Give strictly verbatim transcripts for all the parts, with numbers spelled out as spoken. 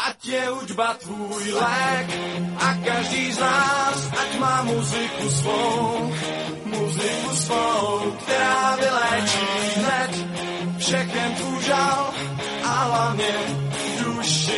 Ať je hudba tvůj lék a každý z nás, ať má muziku svou, muziku svou, která vyléčí hned všechen tvůj žal a hlavně duši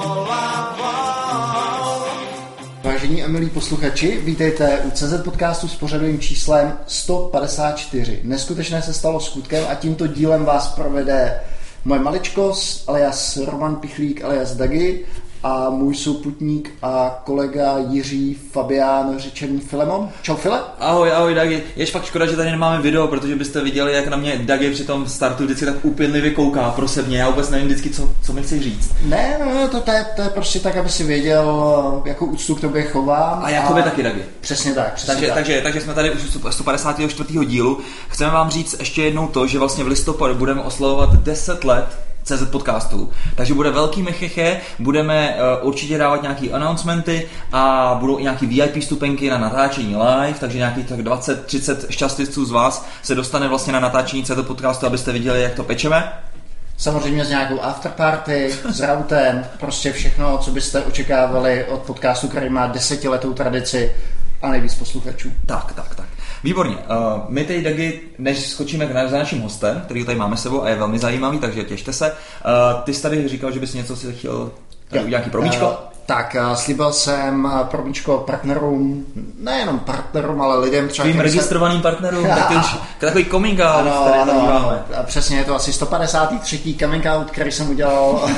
volávou. Vážení a milí posluchači, vítejte u C Z podcastu s pořadovým číslem sto padesát čtyři. Neskutečné se stalo skutkem a tímto dílem vás provede moje maličkos, alias Roman Pichlík, alias Dagi, a můj souputník a kolega Jiří Fabián, řečený Filemon. Čau File. Ahoj, ahoj Dagi. Je fakt škoda, že tady nemáme video, protože byste viděli, jak na mě Dagi při tom startu vždycky tak úpěnlivě kouká pro sebně. Já vůbec nevím vždycky, co, co mi chceš říct. Ne, no, to, to, je, to je prostě tak, aby si věděl, jakou úctu k tobě chovám. A já tobě taky, Dagi. Přesně tak. Přesně takže, tak. Takže, takže jsme tady už u sto padesát čtyři. dílu. Chceme vám říct ještě jednou to, že vlastně v listopadu budeme oslavovat deset let C Z podcastu. Takže bude velký mecheche, budeme uh, určitě dávat nějaký announcementy a budou i nějaký V I P stupenky na natáčení live, takže nějaký tak dvacet třicet šťastlivců z vás se dostane vlastně na natáčení C Z podcastu, abyste viděli, jak to pečeme. Samozřejmě s nějakou afterparty, s routem, prostě všechno, co byste očekávali od podcastu, který má desetiletou tradici a nejvíc posluchačů. Tak, tak, tak. Výborně. Uh, my teď, Dagi, než skočíme k, za naším hostem, který tady máme s sebou a je velmi zajímavý, takže těšte se. Uh, ty jsi tady říkal, že bys něco si chtěl tady udělat nějaký promíčko? Uh, tak, uh, slíbil jsem promíčko partnerům, nejenom partnerům, ale lidem třeba... Tvým registrovaným se... partnerům, tak ty už takový coming out, ano, tady ano, zajímáme. A přesně, je to asi sto padesát tři. coming out, který jsem udělal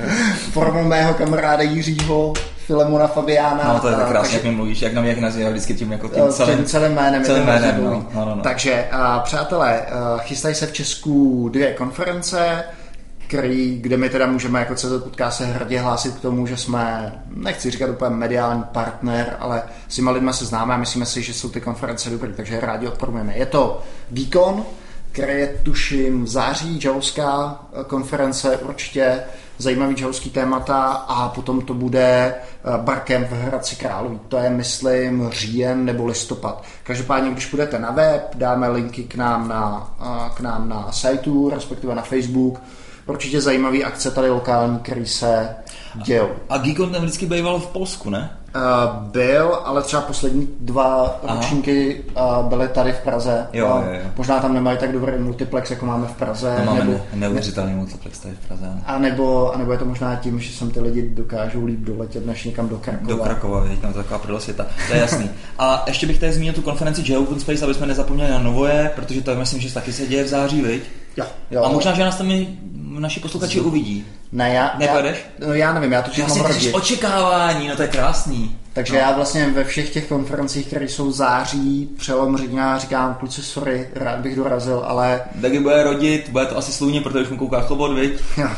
formou mého kamaráda Jiřího Filemona Fabiána. No to je tak krásně, takže, jak mi mluvíš, jak nám jak nazývá vždycky tím jako tím celým, tím celým jménem. Celým jménem, no, no, no, no. Takže, uh, přátelé, uh, chystají se v Česku dvě konference, který, kde my teda můžeme jako C Z podcast se hrdě hlásit k tomu, že jsme, nechci říkat úplně mediální partner, ale s těma lidma se známe a myslíme si, že jsou ty konference dobrý, takže rádi odporujeme. Je to Geekon, který je tuším v září, javovská konference, určitě zajímavý javovský témata, a potom to bude Barcamp v Hradci Králové. To je, myslím, říjen nebo listopad. Každopádně, když půjdete na web, dáme linky k nám na, k nám na sajtu, respektive na Facebook. Určitě zajímavý akce tady lokální, který se dějou. A Geekon tam vždycky býval v Polsku, ne? Uh, byl, ale třeba poslední dva ročníky uh, byly tady v Praze. Jo, jo, jo. Možná tam nemají tak dobrý multiplex, jako máme v Praze. No, máme nebo, ne, neuvěřitelný multiplex tady v Praze. A nebo, a nebo je to možná tím, že sem ty lidi dokážou líp doletět než někam do Krakova. Do Krakova, věď, tam taková prdel světa. To je jasný. A ještě bych tady zmínil tu konferenci J Open Space, aby jsme nezapomněli na Novoje, protože to myslím, že taky se děje v září, viď? Jo, jo. A možná, že nás tam i naši posluchači uvidí. Ne, já, Nepojedeš? Já, no já nevím, já to mám rodit. Očekávání, no to je krásný. Takže no. Já vlastně ve všech těch konferencích, které jsou v září, přelom října, říkám, kluci, sorry, rád bych dorazil, ale... Dagi bude rodit, bude to asi sluně, protože už mu kouká chobot, viď?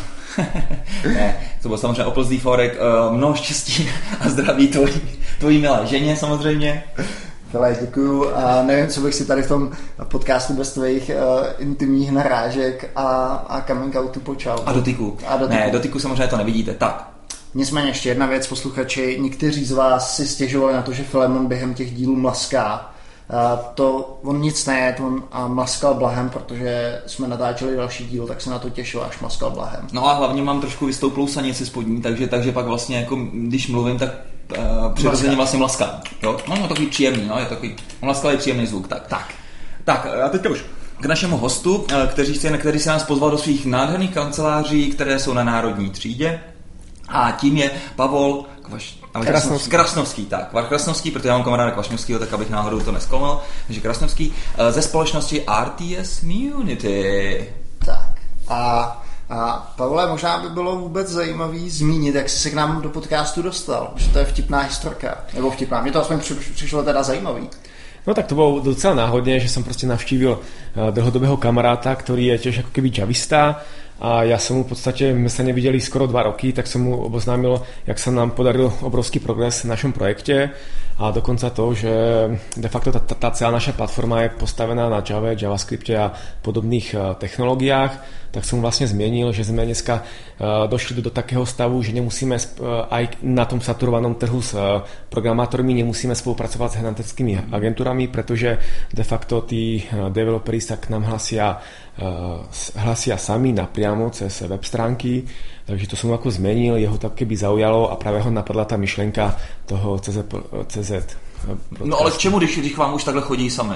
Ne, to byl samozřejmě oplzdý forek, uh, mnoho štěstí a zdraví tvojí, tvojí milé ženě samozřejmě. File, děkuju, a nevím, co bych si tady v tom podcastu bez tvojich uh, intimních narážek a, a coming outu počal. A dotyku. A dotyku. Ne, dotyku samozřejmě to nevidíte, tak. Nicméně ještě jedna věc, posluchači, někteří z vás si stěžovali na to, že Filemon během těch dílů mlaská. Uh, to on nic ne, to on uh, mlaskal blahem, protože jsme natáčeli další díl, tak se na to těšil, až mlaskal blahem. No a hlavně mám trošku vystouplou sanici spodní, takže, takže pak vlastně jako, když mluvím, tak uh, přirozeně vlastně mlaskám. Jo? No, no takový příjemný, no, je takový mlaskavý příjemný zvuk, tak. Tak. Tak, a teďka už k našemu hostu, který si, který si nás pozval do svých nádherných kanceláří, které jsou na Národní třídě. A tím je Pavol Kvaš... Krasnovský. Krasnovský, tak. Krasnovský, protože já mám kamaráda Kvašňovskýho, tak abych náhodou to nezkoumal. Takže Krasnovský ze společnosti R T S Munity. Tak. A, a Pavle, možná by bylo vůbec zajímavý zmínit, jak jsi se k nám do podcastu dostal. Že to je vtipná historka. Nebo vtipná. Mně to aspoň přišlo teda zajímavý. No tak to bolo docela náhodne, že som proste navštívil dlhodobého kamaráta, ktorý je tiež ako keby javista, a ja som mu v podstate, my sa nevideli skoro dva roky, tak som mu oboznámil, jak sa nám podaril obrovský progres v našom projekte, a dokonca to, že de facto tá, tá celá naša platforma je postavená na Java, JavaScripte a podobných technológiách, tak som vlastne zmienil, že sme dneska došli do, do takého stavu, že nemusíme aj na tom saturovanom trhu s programátormi nemusíme spolupracovať s headhunterskými agentúrami, pretože de facto tí developeri sa k nám hlasia hlasia sami napriamo cez web stránky, takže to som ako zmenil, jeho tak keby zaujalo a práve ho napadla tá myšlenka toho cé zet, cé zet podcastu. No ale k čemu, když, když k vám už takhle chodí sami?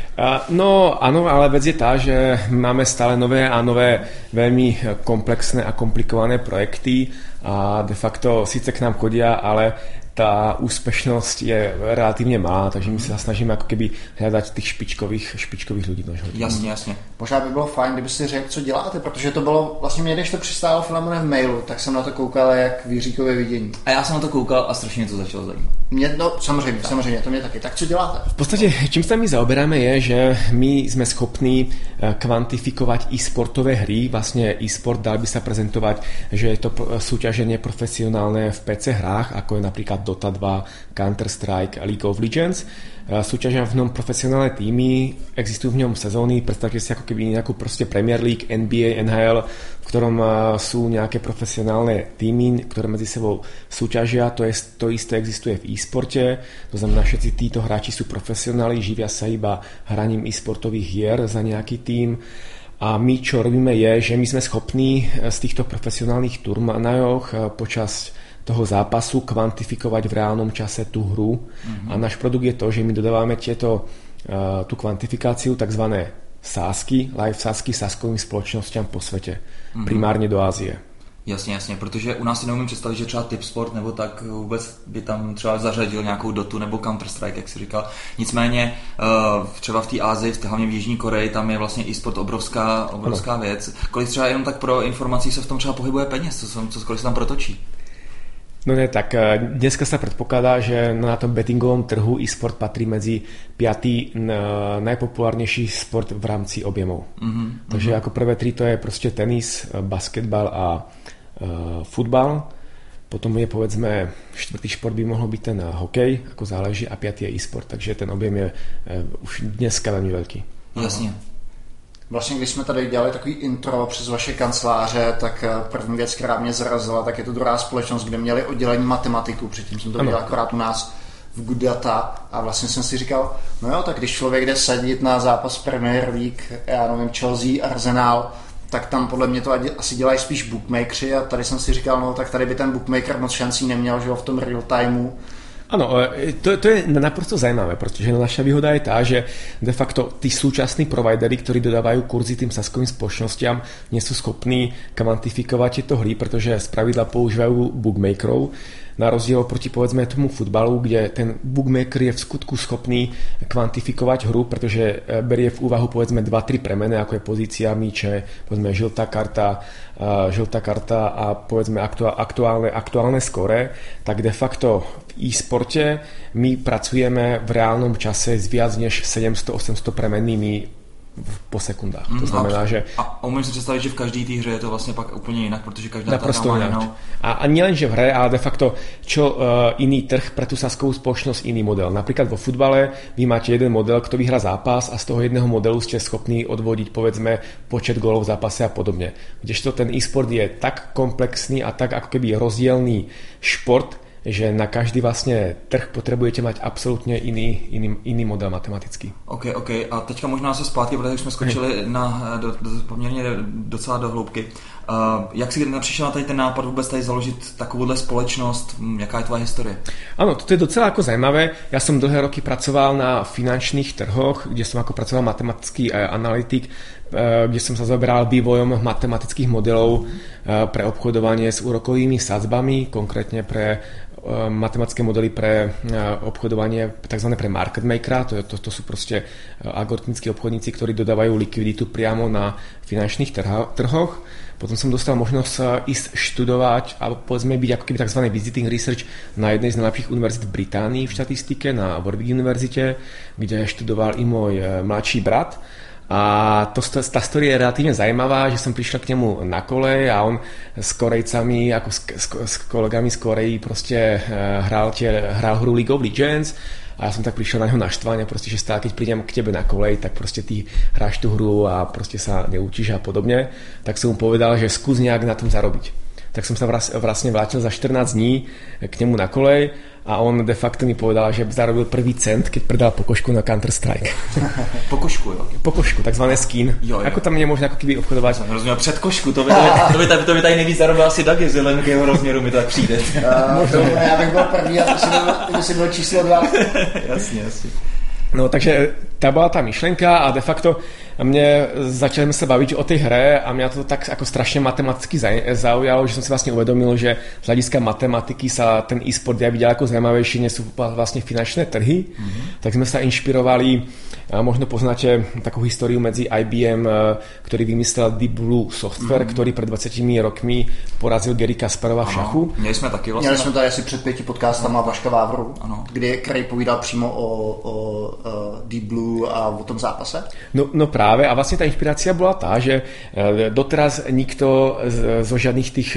No áno, ale vec je tá, že máme stále nové a nové veľmi komplexné a komplikované projekty a de facto síce k nám chodia, ale tá úspešnosť je relatívne malá, takže my sa snažíme ako keby hľadať tých špičkových, špičkových ľudí. Jasně, jasně. Možná by bylo fajn, kdyby si řekl, co děláte, protože to bylo, vlastně mě, když to přistálo Filemone v mailu, tak jsem na to koukal jak v Jiříkově vidění. A já jsem na to koukal a strašně mě to začalo zajímat. Mě, no samozřejmě, tak. samozřejmě, to mě taky. Tak co děláte? V podstate, čím sa my zaoberáme je, že my sme schopní kvantifikovať e-sportové hry. Vlastne e-sport dal by sa prezentovať, že je to súťaženie profesionálne v pé cé hrách, ako je napríklad Dota dva, Counter-Strike a League of Legends. Súťažia v ňom profesionálne týmy, existujú v ňom sezóny, predstavte si ako keby nejakú proste Premier League, en bí ej, en há el, v ktorom sú nejaké profesionálne týmy, ktoré medzi sebou súťažia. To, je, to isté existuje v e-sporte, to znamená, všetci títo hráči sú profesionáli, živia sa iba hraním e-sportových hier za nejaký tým. A my, čo robíme je, že my sme schopní z týchto profesionálnych turnajoch počas toho zápasu kvantifikovať v reálnom čase tú hru. Mm-hmm. A náš produkt je to, že my dodávame tieto, uh, tú kvantifikáciu, takzvané sásky, live sásky sáskovým spoločnosťam po svete, mm-hmm. primárne do Ázie. Jasně, jasně, protože u nás si neumím představit, že třeba Tipsport nebo tak vůbec by tam třeba zařadil nějakou Dotu nebo Counter-Strike, jak si říkal. Nicméně třeba v té Asii, hlavně v Jižní Koreji, tam je vlastně e-sport obrovská, obrovská věc. Kolik třeba jenom tak pro informací se v tom třeba pohybuje peněz, co, co, kolik se tam protočí? No ne, tak dneska sa predpokladá, že na tom bettingovom trhu e-sport patrí medzi piatý najpopulárnejší sport v rámci objemov. Mm-hmm. Takže ako prvé tri to je proste tenis, basketbal a uh, futbal. Potom je povedzme štvrtý šport by mohol byť ten hokej, ako záleží, a piatý je e-sport, takže ten objem je uh, už dneska veľmi veľký. Jasně. Vlastně, když jsme tady dělali takový intro přes vaše kanceláře, tak první věc, která mě zarazila, tak je to druhá společnost, kde měli oddělení matematiku. Předtím jsem to viděl akorát u nás v Good Data a vlastně jsem si říkal, no jo, tak když člověk jde sadit na zápas Premier League, já nevím, Chelsea, Arsenal, tak tam podle mě to asi dělají spíš bookmakeri a tady jsem si říkal, no tak tady by ten bookmaker moc šancí neměl, že jo, v tom real timeu. Áno, to, to je naprosto zaujímavé, pretože naša výhoda je tá, že de facto tí súčasní providery, ktorí dodávajú kurzy tým sáskovým spoločnostiam, nie sú schopní kvantifikovať tieto hry, pretože spravidla používajú bookmakerov, na rozdiel proti povedzme tomu futbalu, kde ten bookmaker je v skutku schopný kvantifikovať hru, pretože berie v úvahu povedzme dva tri premene, ako je pozícia míče, povedzme žltá karta, žltá karta a povedzme aktuálne, aktuálne skóre, tak de facto v e-sporte my pracujeme v reálnom čase s viac než sedemsto osemsto premennými po sekundách. To znamená, že... A umím si představit, že v každé té hře je to vlastně pak úplně jinak, protože každá ta má jinou. A, a nielen, že v hre, ale de facto, čo uh, iný trh pre tú sáskovú spoločnosť, iný model. Napríklad vo futbale vy máte jeden model, kto vyhrá zápas a z toho jedného modelu ste schopní odvodiť, povedzme, počet gólov v zápase a podobne. Kdežto ten e-sport je tak komplexný a tak ako keby rozdielný šport, že na každý vlastně trh potřebujete mať absolutně jiný, jiný, jiný model matematický. OK, OK. A teďka možná se zpátky, protože jsme skočili na, do, do, poměrně docela do hloubky. Uh, jak si přišel na tady ten nápad vůbec tady založit takovouhle společnost? Jaká je tvoje historie? Áno, toto je docela ako zaujímavé. Ja som dlhé roky pracoval na finančných trhoch, kde som ako pracoval matematický analytik, kde som sa zaoberal vývojom matematických modelov pre obchodovanie s úrokovými sadzbami, konkrétne pre matematické modely pre obchodovanie, takzvané pre market makera, to, to, to sú proste algoritmickí obchodníci, ktorí dodávajú likviditu priamo na finančných trhoch. Potom som dostal možnosť ísť študovať a povedzme byť ako keby tzv. Visiting research na jednej z najlepších univerzít v Británii v štatistike, na Warwick univerzite, kde študoval i môj mladší brat. A to, tá story je relatívne zaujímavá, že som prišiel k nemu na kolej a on s Korejcami, ako s, s, s kolegami z Koreji proste hral, tie, hral hru League of Legends a ja som tak prišiel na neho naštvanie, proste, že stále keď prídem k tebe na kolej, tak proste ty hráš tú hru a proste sa neučíš a podobne. Tak som mu povedal, že skús nejak na tom zarobiť. tak som sa vlastne vrátil za štrnásť dní k nemu na kolej a on de facto mi povedal, že zarobil prvý cent, keď predal pokožku na Counter-Strike. Pokožku, jo? Pokožku, takzvané skin. Jo, jo. Ako tam nemôžeme ako keby obchodovať? Rozuměl předkošku, to by, to, by, to, by, to, by, to by tady nejvíc zarobil asi Dagi, vzhledem k jeho rozměru mi to tak přijde. Uh, to, já bych byl první, a to si byl číslo dva. Jasně, jasně. No takže tá bola tá myšlenka a de facto mne začali sme sa baviť o tej hre a mňa to tak ako strašne matematicky zaujalo, že som si vlastne uvedomil, že z hľadiska matematiky sa ten e-sport ja videl ako zaujímavejší, než sú vlastne finančné trhy. Mm-hmm. Tak sme sa inšpirovali, možno poznáte takú históriu medzi í bí em, ktorý vymyslel Deep Blue Software, mm-hmm. ktorý pred dvaceti rokmi porazil Garry Kasparova v šachu. Měli jsme taky vlastně. Měli jsme tady asi před pěti podcastama Vaška Vávru, kdy Krej povídal přímo o, o, o Deep Blue a o tom zápase. No, no práve a vlastne tá inšpirácia bola tá, že doteraz nikto zo žiadnych tých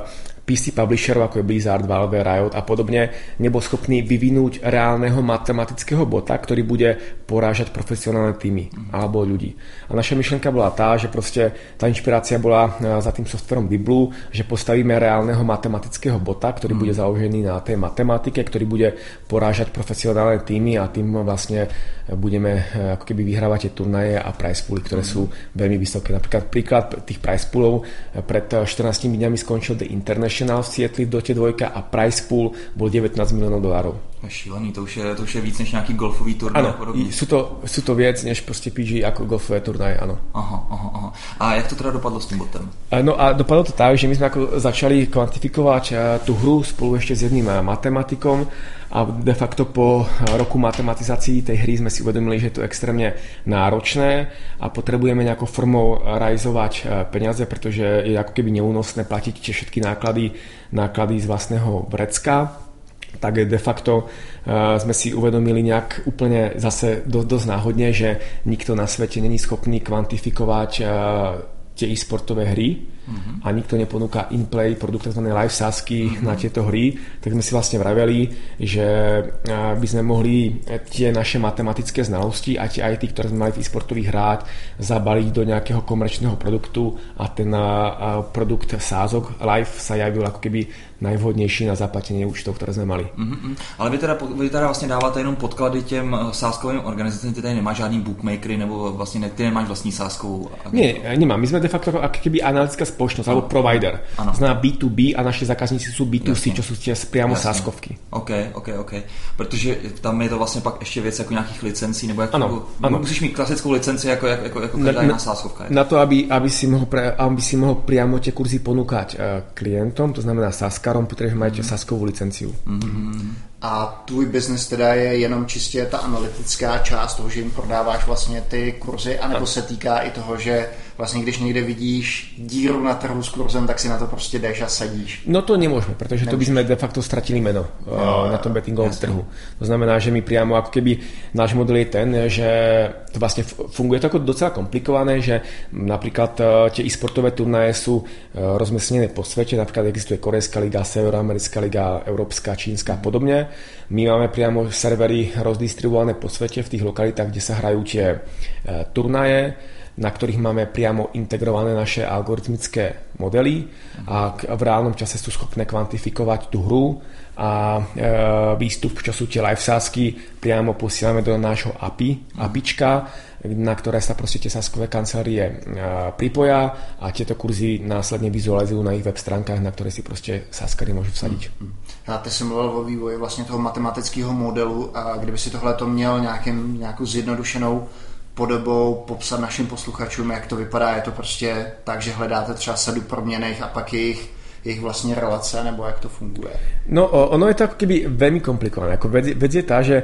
pé cé publisherov ako je Blizzard, Valve, Riot a podobne nebol schopný vyvinúť reálneho matematického bota, ktorý bude porážať profesionálne týmy mm. alebo ľudí. A naša myšlenka bola tá, že proste tá inšpirácia bola za tým softverom Deep Blue, že postavíme reálneho matematického bota, ktorý mm. bude založený na tej matematike, ktorý bude porážať profesionálne týmy a tým vlastne budeme ako keby vyhrávať tie turnaje a prize pooly, ktoré mm. sú veľmi vysoké. Napríklad príklad tých prize poolov pred štrnástimi dňami skončil The International v Seattle v Dotě dvojka a prize pool bol devätnásť miliónov dolárov. To je šílený, to už je, to už je víc než nějaký golfový turnaj. Ano, sú to, sú to věc než prostě pé gé ako golfové turnaje, ano. Aha, aha, aha. A jak to teda dopadlo s tím botem? No a dopadlo to tak, že my sme ako začali kvantifikovať tú hru spolu ešte s jedným matematikom a de facto po roku matematizácií tej hry sme si uvedomili, že je to extrémne náročné a potrebujeme nejakou formou realizovať peniaze, pretože je ako keby neúnosné platiť tie všetky náklady, náklady z vlastného vrecka. Tak de facto uh, sme si uvedomili nejak úplne zase do, dosť náhodne, že nikto na svete není schopný kvantifikovať uh, tie e-sportové hry mm-hmm. a nikto neponúka in-play produkt, tzv. Live sázky mm-hmm. na tieto hry, tak sme si vlastne vraveli, že uh, by sme mohli tie naše matematické znalosti a tie í té, ktoré sme mali v e-sportových hrách, zabaliť do nejakého komerčného produktu a ten uh, produkt sázok live sa javil ako keby najvhodnější na zaplatení účtů, které jsme mali. Mm-hmm. Ale vy teda, vy teda vlastně dáváte jenom podklady těm sázkovým organizacím, ty tady nemáš žádný bookmakery, nebo vlastně ne, ty nemáš vlastní sázkovou? Ne, nemám. My jsme de facto ako keby analytická spoločnosť, alebo provider. Ano. Znamená bé dvě bé a naši zákazníci sú bé dvě cé, Jasně. čo sú tie priamo Jasně. sázkovky. OK, OK, OK. Protože tam je to vlastně pak ještě věc jako nějakých licencí, nebo jako, ano, ano. musíš mít klasickou licenci jako, jako, jako, jako každá jiná sázkovka. Na to, aby, aby, si mohl pre, aby si mohl priamo tie kurzy ponúkať klientom, to znamená sázkarom, potrebuješ mať mm. sázkovú licenciu. Mm-hmm. A tvůj biznis teda je jenom čistě ta analytická část toho, že jim prodáváš vlastně ty kurzy, anebo se týká i toho, že vlastně když někde vidíš díru na trhu s kurzem, tak si na to prostě jdeš a sadíš. No to nemôžeme, pretože to by sme de facto stratili meno no, na tom bettingovom trhu. To znamená, že my priamo ako keby náš model je ten, že to vlastne funguje to ako docela komplikované, že napríklad tie e-sportové turnaje sú rozmiestnené po svete, napríklad existuje Korejská liga, Severoamerická liga, Európska, Čínska a podobne. My máme priamo servery rozdistribuované po svete v tých lokalitách, kde sa hrajú tie turnaje, na ktorých máme priamo integrované naše algoritmické modely a v reálnom čase sú schopné kvantifikovať tú hru a e, výstup, čo sú tie live sázky, priamo posielame do nášho á pé í, apička, na ktoré sa proste tie sázkové kancelárie e, pripoja a tieto kurzy následne vizualizujú na ich web stránkach, na ktoré si proste sázkari môžu vsadiť. A ty jsi mluvil o vývoji vlastně toho matematického modelu a kdyby si tohle to měl nějakým, nějakou zjednodušenou podobou popsat našim posluchačům, jak to vypadá, je to prostě tak, že hledáte třeba sadu proměnných a pak jejich, jejich vlastně relace, nebo jak to funguje? No, ono je to ako keby veľmi komplikované. Ako vec, vec je tá, že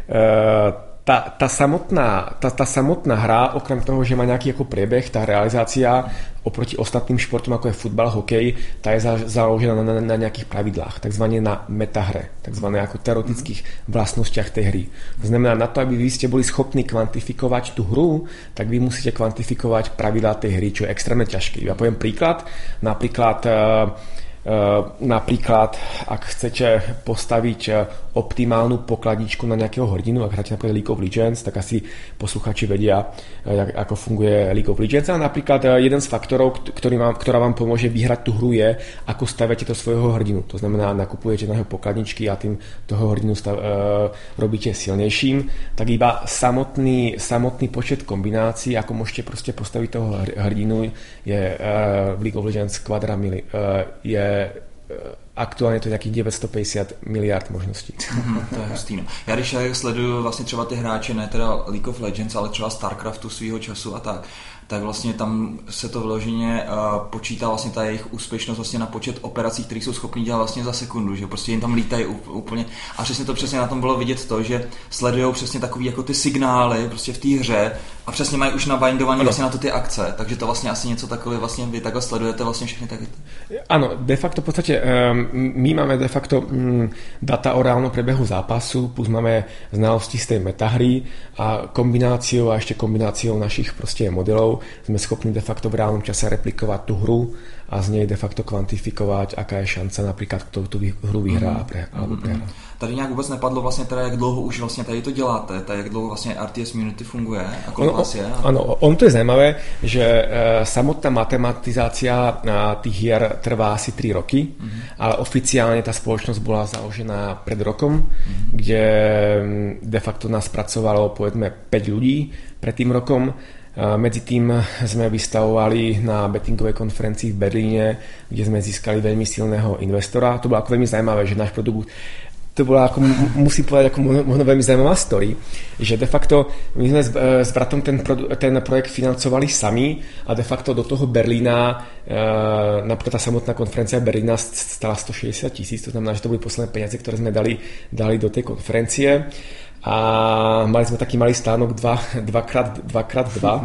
uh, tá, tá, samotná, tá, tá samotná hra, okrem toho, že má nejaký ako priebeh, tá realizácia oproti ostatným športom, ako je futbal, hokej, tá je za, založená na, na, na nejakých pravidlách, takzvané na metahre, takzvané ako teoretických vlastnostiach tej hry. To znamená, na to, aby vy ste boli schopní kvantifikovať tú hru, tak vy musíte kvantifikovať pravidlá tej hry, čo je extrémne ťažké. Ja poviem príklad, napríklad uh, napríklad, ak chcete postaviť optimálnu pokladničku na nejakého hrdinu, ak hráte napríklad League of Legends, tak asi posluchači vedia, jak, ako funguje League of Legends. A napríklad jeden z faktorov, ktorý vám, ktorá vám pomôže vyhrať tú hru je, ako staviate to svojho hrdinu. To znamená, nakupujete na jeho pokladničky a tým toho hrdinu stav, e, robíte silnejším. Tak iba samotný, samotný počet kombinácií, ako môžete proste postaviť toho hrdinu, je e, v League of Legends kvadramili, e, je aktuálně to je nějakých devět set padesát miliard možností. Mm, to je hustý. No. Já když sleduju vlastně třeba ty hráče, ne teda League of Legends, ale třeba Starcraftu svýho času a tak, tak vlastně tam se to vyloženě uh, počítá vlastně ta jejich úspěšnost vlastně na počet operací, které jsou schopni dělat vlastně za sekundu, že prostě jim tam lítají úplně a přesně to přesně na tom bylo vidět to, že sledujou přesně takový jako ty signály prostě v té hře a přesně mají už nabindovaný vlastně na to ty akce, takže to vlastně asi něco takové vlastně vy takhle sledujete vlastně všechny taky. Ano, de facto v podstatě um, my máme de facto um, data o reálnom prebehu zápasu, plus máme znalosti z té metahry a kombináciou a ještě kombináciou našich prostě modelů sme schopní de facto v reálnom čase replikovať tú hru a z nej de facto kvantifikovať, aká je šance napríklad, kto tú hru vyhrá mm. pre, alebo prehrá. Tady nějak vůbec nepadlo vlastně teda, jak dlouho už vlastně tady to děláte, tady jak dlouho vlastně R T S Community funguje, a kolik ono, vás je? Ano, on to je zajímavé, že uh, samotná matematizácia uh, tých hier trvá asi tri roky, mm-hmm. ale oficiálne tá spoločnosť bola založená pred rokom, mm-hmm. kde de facto nás pracovalo povedzme päť ľudí pred tým rokom. Medzi tým sme vystavovali na bettingovej konferencii v Berlíne, kde sme získali veľmi silného investora. To bolo ako veľmi zaujímavé, že náš produkt, to bola ako, musím povedať, ako možno veľmi zaujímavá story, že de facto my sme s, s bratom ten, ten projekt financovali sami a de facto do toho Berlína, napríklad tá samotná konferencia Berlína stala stošesťdesiat tisíc, to znamená, že to boli posledné peniaze, ktoré sme dali, dali do tej konferencie. A mali sme taký malý stánok dva krát dva.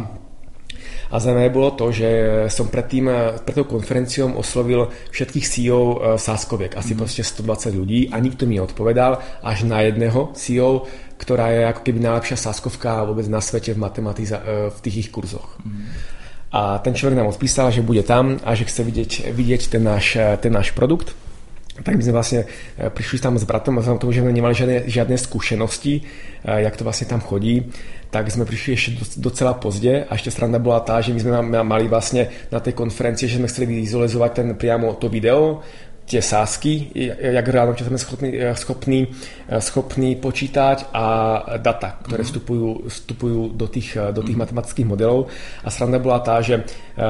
A zaujímavé bolo to, že som predtým, pred tou konferenciou oslovil všetkých C E O sáskoviek, asi mm. proste stodvadsať ľudí a nikto mi odpovedal, až na jedného C E O, ktorá je ako keby najlepšia sáskovka vôbec na svete v matematiza- v tých ich kurzoch. Mm. A ten človek nám odpísal, že bude tam a že chce vidieť, vidieť ten náš, ten náš produkt. Tak my sme vlastne prišli tam s bratom a vzhľadom tomu, že sme nemali žiadne, žiadne skúsenosti, jak to vlastne tam chodí, tak sme prišli ešte docela pozdě a ešte sranda bola tá, že my sme mali vlastne na tej konferencii, že sme chceli vizualizovať ten priamo to video, tie sázky, jak reálne čo sme schopní, schopní, schopní počítať a data, ktoré vstupujú, vstupujú do tých, do tých matematických modelov. A sranda bola tá, že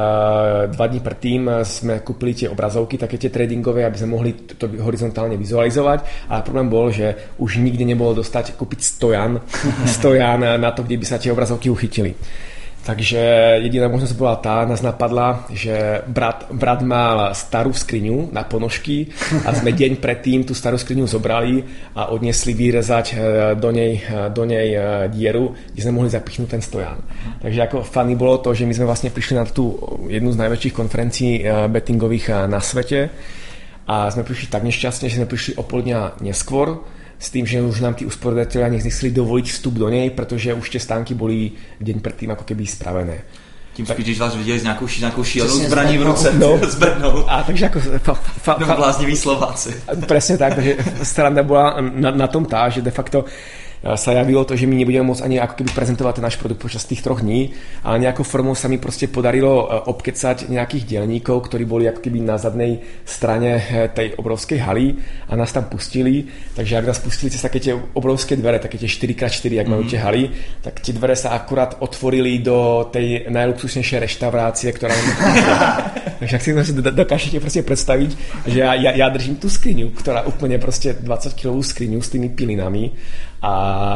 dva dní predtým sme kúpili tie obrazovky, také tie tradingové, aby sme mohli to horizontálne vizualizovať, ale problém bol, že už nikdy nebolo dostať kúpiť stojan, stojan na to, kde by sa tie obrazovky uchytili. Takže jediná možnosť bola tá, nás napadla, že brat, brat mal starú skriňu na ponožky a sme deň predtým tú starú skriňu zobrali a odnesli vyrezať do nej, do nej dieru, kde sme mohli zapichnúť ten stojan. Takže ako funny bolo to, že my sme vlastne prišli na tú jednu z najväčších konferencií bettingových na svete a sme prišli tak nešťastne, že sme prišli o pol dňa neskôr, s tým, že už nám tí usporedatelia nechceli dovoliť vstup do nej, protože už tie stánky boli deň predtým ako keby spravené. Tím spíš, když vás viděli s nějakou, nějakou šílenou zbraní v ruce, no, s Brnou. A takže ako... Fa, fa, fa, blázniví Slováci. Presne tak, takže strana bola na, na tom tá, že de facto sa javilo to, že my nebudeme môcť ani ako keby prezentovať ten náš produkt počas tých troch dní, ale nejakou formou sa mi proste podarilo obkecať nejakých dielníkov, ktorí boli ako keby na zadnej strane tej obrovskej haly a nás tam pustili, takže ak nás pustili cez také tie obrovské dvere, také tie štyri krát štyri, jak majú tie haly, tak tie dvere sa akurát otvorili do tej najluxusnejšej reštaurácie, ktorá takže ak si dokážete proste predstaviť, že ja, ja, ja držím tú skriňu, ktorá úplne proste dvadsaťkilovú skriňu s tými pilinami a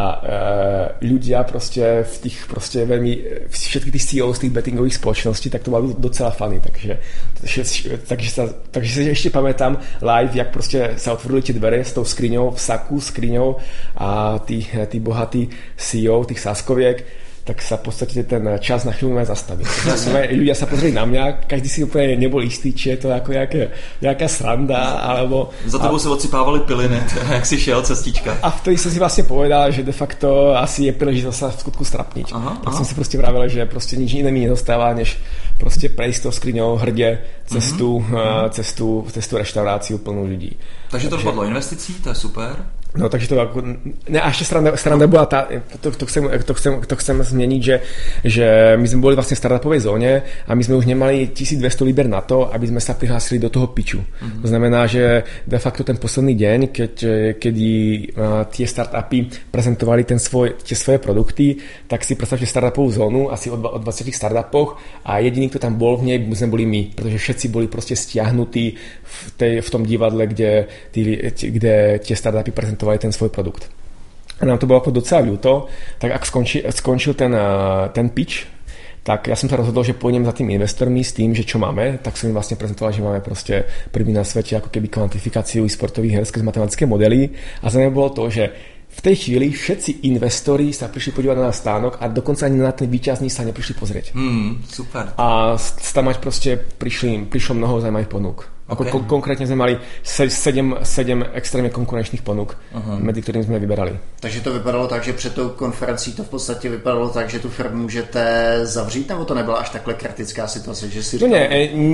e, ľudia proste v tých proste veľmi všetky tých C E O z tých bettingových spoločností, tak to bolo docela funny, takže, takže, sa, takže sa ešte pamätám live, jak proste sa otvorili tie dvere s tou skriňou v saku, skriňou a tí, tí bohatí C E O tých sáskoviek, tak sa v podstate ten čas na chvíľu aj zastavil. Ľudia sa pozreli na mňa, každý si úplne nebol istý, či je to ako nejaká, nejaká sranda, alebo... Za tebou sa odsypávali piliny, jak si šiel cestička. A vtedy som si vlastne povedal, že de facto asi je príležitosť sa v skutku strapniť. Aha, tak aha. som si proste vravel, že proste nič iné mi nedostáva, než prostě prejsť tou skriňou hrdě cestu, mm-hmm. cestu, cestu reštauráciu plnou lidí. Takže to dopadlo investicí, to je super. No, takže to jako, ne, a ještě strana, strana byla ta, to, to, chcem, to, chcem, to chcem změnit, že, že my jsme byli vlastně v startupovej zóně a my jsme už nemali tisíc dvesto liber na to, aby jsme se přihlásili do toho pitchu. Mm-hmm. To znamená, že de facto ten posledný deň, keď, kedy uh, tie startupy prezentovali ten svoj, tie svoje produkty, tak si predstavte startupovú zónu asi o, o dvadsiatich startupoch a jediný, kto tam bol v nej, sme boli my, pretože všetci boli proste stiahnutí v, tej, v tom divadle, kde, tí, kde tie startupy prezentovali ten svoj produkt. A nám to bylo jako docela ľúto, tak ak skončil, skončil ten, ten pitch, tak ja som sa rozhodol, že pôjdem za tým investormi s tým, že čo máme, tak som im vlastne prezentoval, že máme proste první na svete ako keby kvantifikáciu sportových her skrz matematické modely a za mňa bolo to, že v tej chvíli všetci investori sa prišli podívať na náš stánok a dokonca ani na ten výťazný sa neprišli pozrieť. Hmm, super. A stamať proste prišli, prišlo mnoho zaujímavých ponúk. Okay. Kon- konkrétně jsme mali sedm, sedm extrémně konkurenčních ponuk, uh-huh. mezi kterými jsme vyberali. Takže to vypadalo tak, že před tou konferencí to v podstatě vypadalo tak, že tu firmu můžete zavřít, nebo to nebyla až takhle kritická situace, že si říkal... No ne,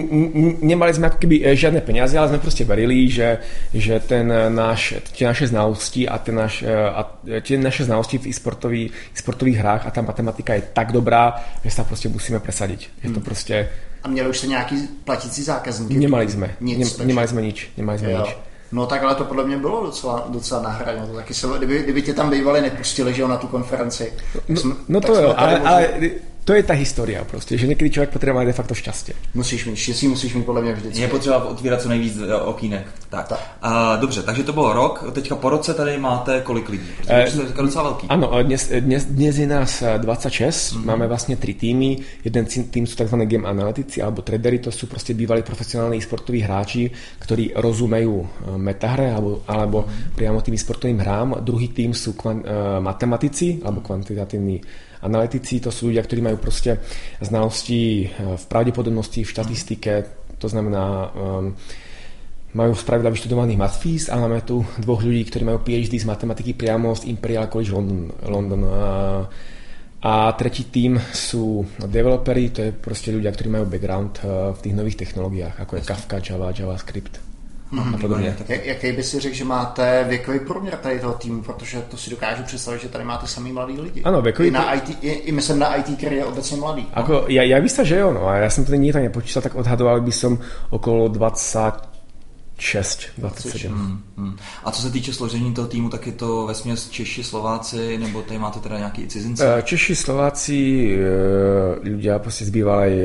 n- nemali jsme jako kdyby žádné peníze, ale jsme prostě verili, že, že ten náš, tie naše znalosti a, ten náš, a tie naše znalosti v e-sportových, e-sportových hrách a ta matematika je tak dobrá, že se prostě musíme presadit. Že to prostě... A měli už jste nějaký platící zákazníky? Nemali jsme. Nic, ne, nemali jsme nič. Nemali jsme nič. No tak ale to podle mě bylo docela, docela na hraně. To taky se, kdyby, kdyby tě tam bývali nepustili, že jo, na tu konferenci. No, jsme, no to jo, ale, ale to je ta historie prostě, že někdy člověk potřebuje de facto šťastě. Musíš mít, štěstí musíš mít podle mě vždycky. Je potřeba otvírat co nejvíc okýnek. Tak. tak. Uh, dobře, takže to byl rok, teďka po roce tady máte kolik lidí? Protože eh, to je docela velký. Ano, dnes, dnes, dnes je nás dvacet šest, mm-hmm. máme vlastně tři týmy, jeden tým jsou takzvané game analytici alebo tradery, to jsou prostě bývalí profesionální sportoví hráči, ktorí rozumejú metahre alebo, alebo mm-hmm. priamo tým sportovým hrám. Druhý tým sú kvan, uh, matematici alebo kvantitatívni analytici, to sú ľudia, ktorí majú proste znalosti v pravdepodobnosti, v štatistike, to znamená um, majú spravidla vyštudovaných mathfees a máme tu dvoch ľudí, ktorí majú PhD z matematiky priamo z Imperial College London. London. A, a tretí tým sú developeri, to je proste ľudia, ktorí majú background v tých nových technológiách, ako je Kafka, Java, JavaScript. Mm, a podobně. Jak, jaký by si řekl, že máte věkový průměr tady toho týmu, protože to si dokážu představit, že tady máte samý mladý lidi. Ano, věkový I, na I T, i, i myslím na í té, který je obecně mladý. Ako, ja, ja by sa, že jo, no, a ja som to nikdy nepočítal, tak odhadoval by som okolo dvacet šest, dvacet sedm. Hmm, hmm. A co se týče složení toho týmu, tak je to vesměs Češi, Slováci, nebo tady máte teda nějaký cizinci? Češi, Slováci, ľudia prostě z bývalej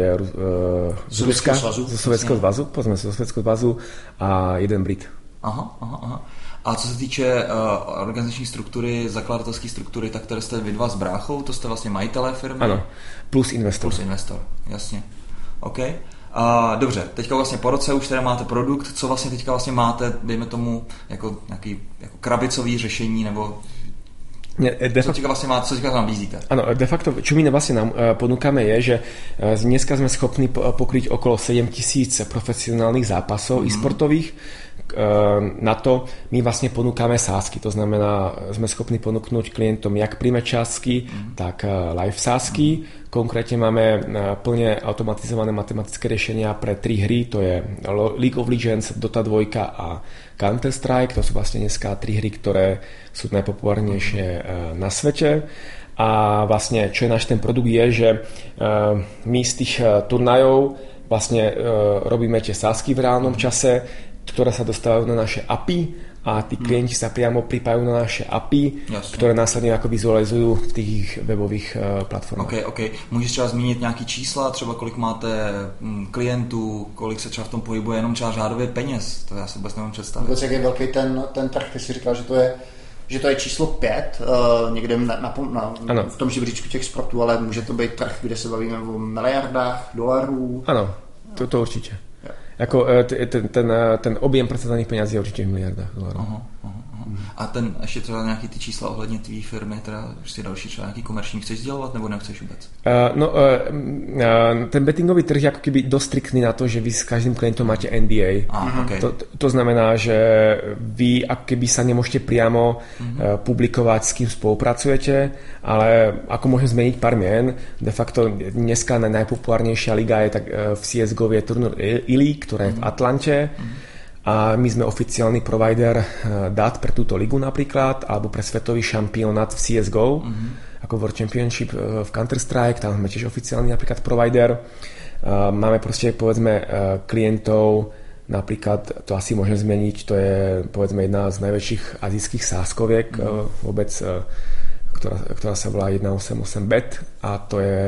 z Ruska, z Sovětského svazu, pozme se, z Sovětského svazu a jeden Brit. Aha, aha, aha. A co se týče uh, organizační struktury, zakladatelské struktury, tak tady jste vy dva s bráchou, to jste vlastně majitelé firmy? Ano, plus investor. Plus investor, jasně. OK. Uh, dobře, teďka vlastně po roce už tady máte produkt, co vlastně teďka vlastně máte, dejme tomu, jako nějaký jako krabicový řešení, nebo Ne, de co teďka vlastně máte, co teďka nabízíte? Ano, de facto, čo my vlastně nám ponúkame je, že dneska jsme schopni pokryť okolo sedm tisíc profesionálnych zápasov mm. e-sportových. Na to my vlastně ponúkame sázky, to znamená, jsme schopni ponúknuť klientom jak príjme částky, mm. tak live sázky. Mm. Konkrétně máme plně automatizované matematické řešenia pre tri hry, to je League of Legends, Dota dva a Counter-Strike, to sú vlastne dneska tri hry, ktoré sú najpopulárnejšie na svete. A vlastne, čo je náš ten produkt, je, že my z tých turnajov vlastne robíme tie sázky v reálnom čase, ktoré sa dostávajú na naše á pé í a tí klienti sa priamo pripájajú na naše á pé í, Jasne. Ktoré následně jako vizualizují v těch webových uh, platformách. OK, OK. Můžeš třeba zmínit nějaký čísla, třeba kolik máte mm, klientů, kolik se třeba v tom pohybuje, jenom třeba řádově peněz, to já si vůbec nemám představit. Vůbec jak je velký ten, ten trh, ty jsi říkal, že to je že to je číslo pět uh, někde na, na, na, v tom žebříčku těch sportů, ale může to být trh, kde se bavíme o miliardách dolarů. Ano, to, to určitě. Jako ten, ten, ten objem procesaných penězí je určitě v miliardách dolarů. Aha, aha, aha. A ten, ještě třeba nějaký ty čísla ohledně tvý firmy, teda prostě další třeba nějaký komerční, chceš sdělovat nebo nechceš vůbec? Uh, no, uh, uh, ten bettingový trh je ako keby dosť striktný na to, že vy s každým klientom máte N D A. Ah, okay. to, to znamená, že vy ako keby sa nemôžete priamo mm-hmm. uh, publikovať, s kým spolupracujete, ale ako môžem zmeniť pár mien, de facto dneska najpopulárnejšia liga je tak uh, v C S G O je turnúr E-League, ktorá je mm-hmm. v Atlante. Mm-hmm. A my sme oficiálny provider dát pre túto ligu napríklad, alebo pre svetový šampionát v C S G O, mm-hmm. ako World Championship v Counter-Strike, tam sme tiež oficiálny napríklad provider. Máme proste povedzme klientov, napríklad to asi môžem zmeniť, to je povedzme jedna z najväčších azijských sáskoviek mm-hmm. vôbec, ktorá, ktorá sa volá jedna osm osm bet a to je,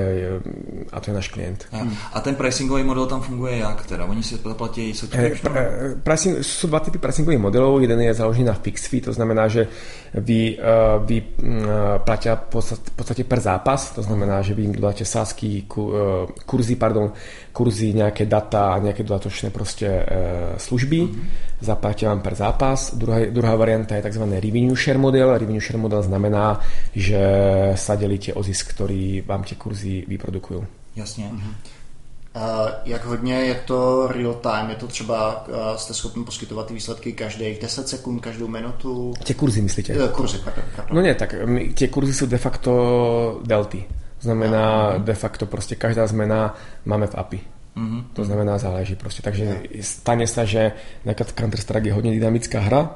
a to je náš klient. Ja. A ten pricingový model tam funguje jak teda? Oni si zaplatí subscription? Eh, pricing, sú dva typy pricingových modelov. Jeden je založený na fixed fee, to znamená, že vy, uh, vy uh, platia v podstate per zápas, to znamená, že vy im dodáte sázky, ku, uh, kurzy, pardon, kurzy, nejaké data a nejaké dodatočné proste uh, služby. Mm-hmm. Zaplatia vám per zápas. Druhá, druhá varianta je tzv. Revenue share model. Revenue share model znamená, že sa delíte o zisk, ktorý vám tie kurzy vyprodukujú. Jasně. Uh, jak hodně je to real time? Je to třeba, uh, jste schopni poskytovat ty výsledky každých deset sekund, každou minutu? Tie kurzy myslíte? Uh, kurzy, pardon, pardon. No nie, tak my, tie kurzy sú de facto delty. Znamená uh-huh. de facto proste každá zmena máme v A P I. Uh-huh. To znamená záleží proste. Takže uh-huh. stane sa, že napríklad Counter-Strike je hodne dynamická hra,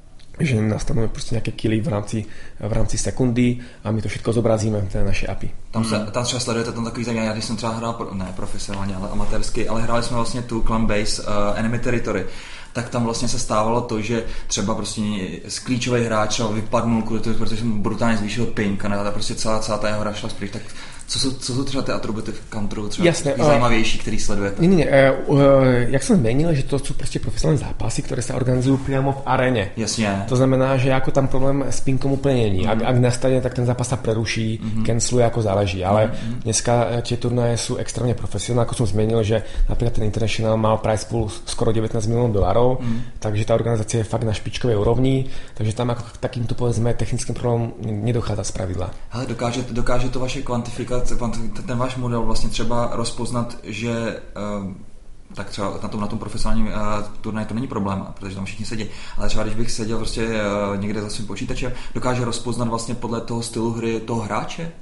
že nastaneme prostě nějaké killy v rámci, v rámci sekundy a my to všetko zobrazíme v té naší A P I. Tam, se, tam třeba sledujete tam takový zajímavý, já když jsem třeba hrál, ne profesionálně, ale amatérsky, ale hráli jsme vlastně tu Clan Base uh, Enemy Territory, tak tam vlastně se stávalo to, že třeba prostě z klíčových hráčů vypadnul, protože jsem brutálně zvýšil ping a prostě celá, celá ta jeho hra šla zpryč, tak co jsou, co jsou třeba ty atributy v Counteru třeba Jasné, zajímavější, který sledujete? Nie, nie, nie. Uh, jak som zmenil, že to sú proste profesionálne zápasy, ktoré sa organizujú priamo v aréne. Jasne. To znamená, že ako tam problém s pingom úplne není. Mm-hmm. Ak, ak nastane, tak ten zápas sa preruší, mm-hmm. canceluje, ako záleží. Ale mm-hmm. dneska tie turnaje sú extrémne profesionálne, ako som zmenil, že napríklad ten International mal price pool skoro devätnásť miliónov dolárov, mm-hmm. takže tá organizácia je fakt na špičkovej úrovni, takže tam ako k takýmto povedzme technickým problémom nedochádza z pravidla. Ale dokáže, dokáže to vaše kvantifikace, ten váš model vlastně třeba rozpoznat, že uh, tak třeba na tom, na tom profesionálním uh, turnaji to není problém, protože tam všichni sedí, ale třeba když bych seděl prostě uh, někde za svým počítačem, dokáže rozpoznat vlastně podle toho stylu hry toho hráče?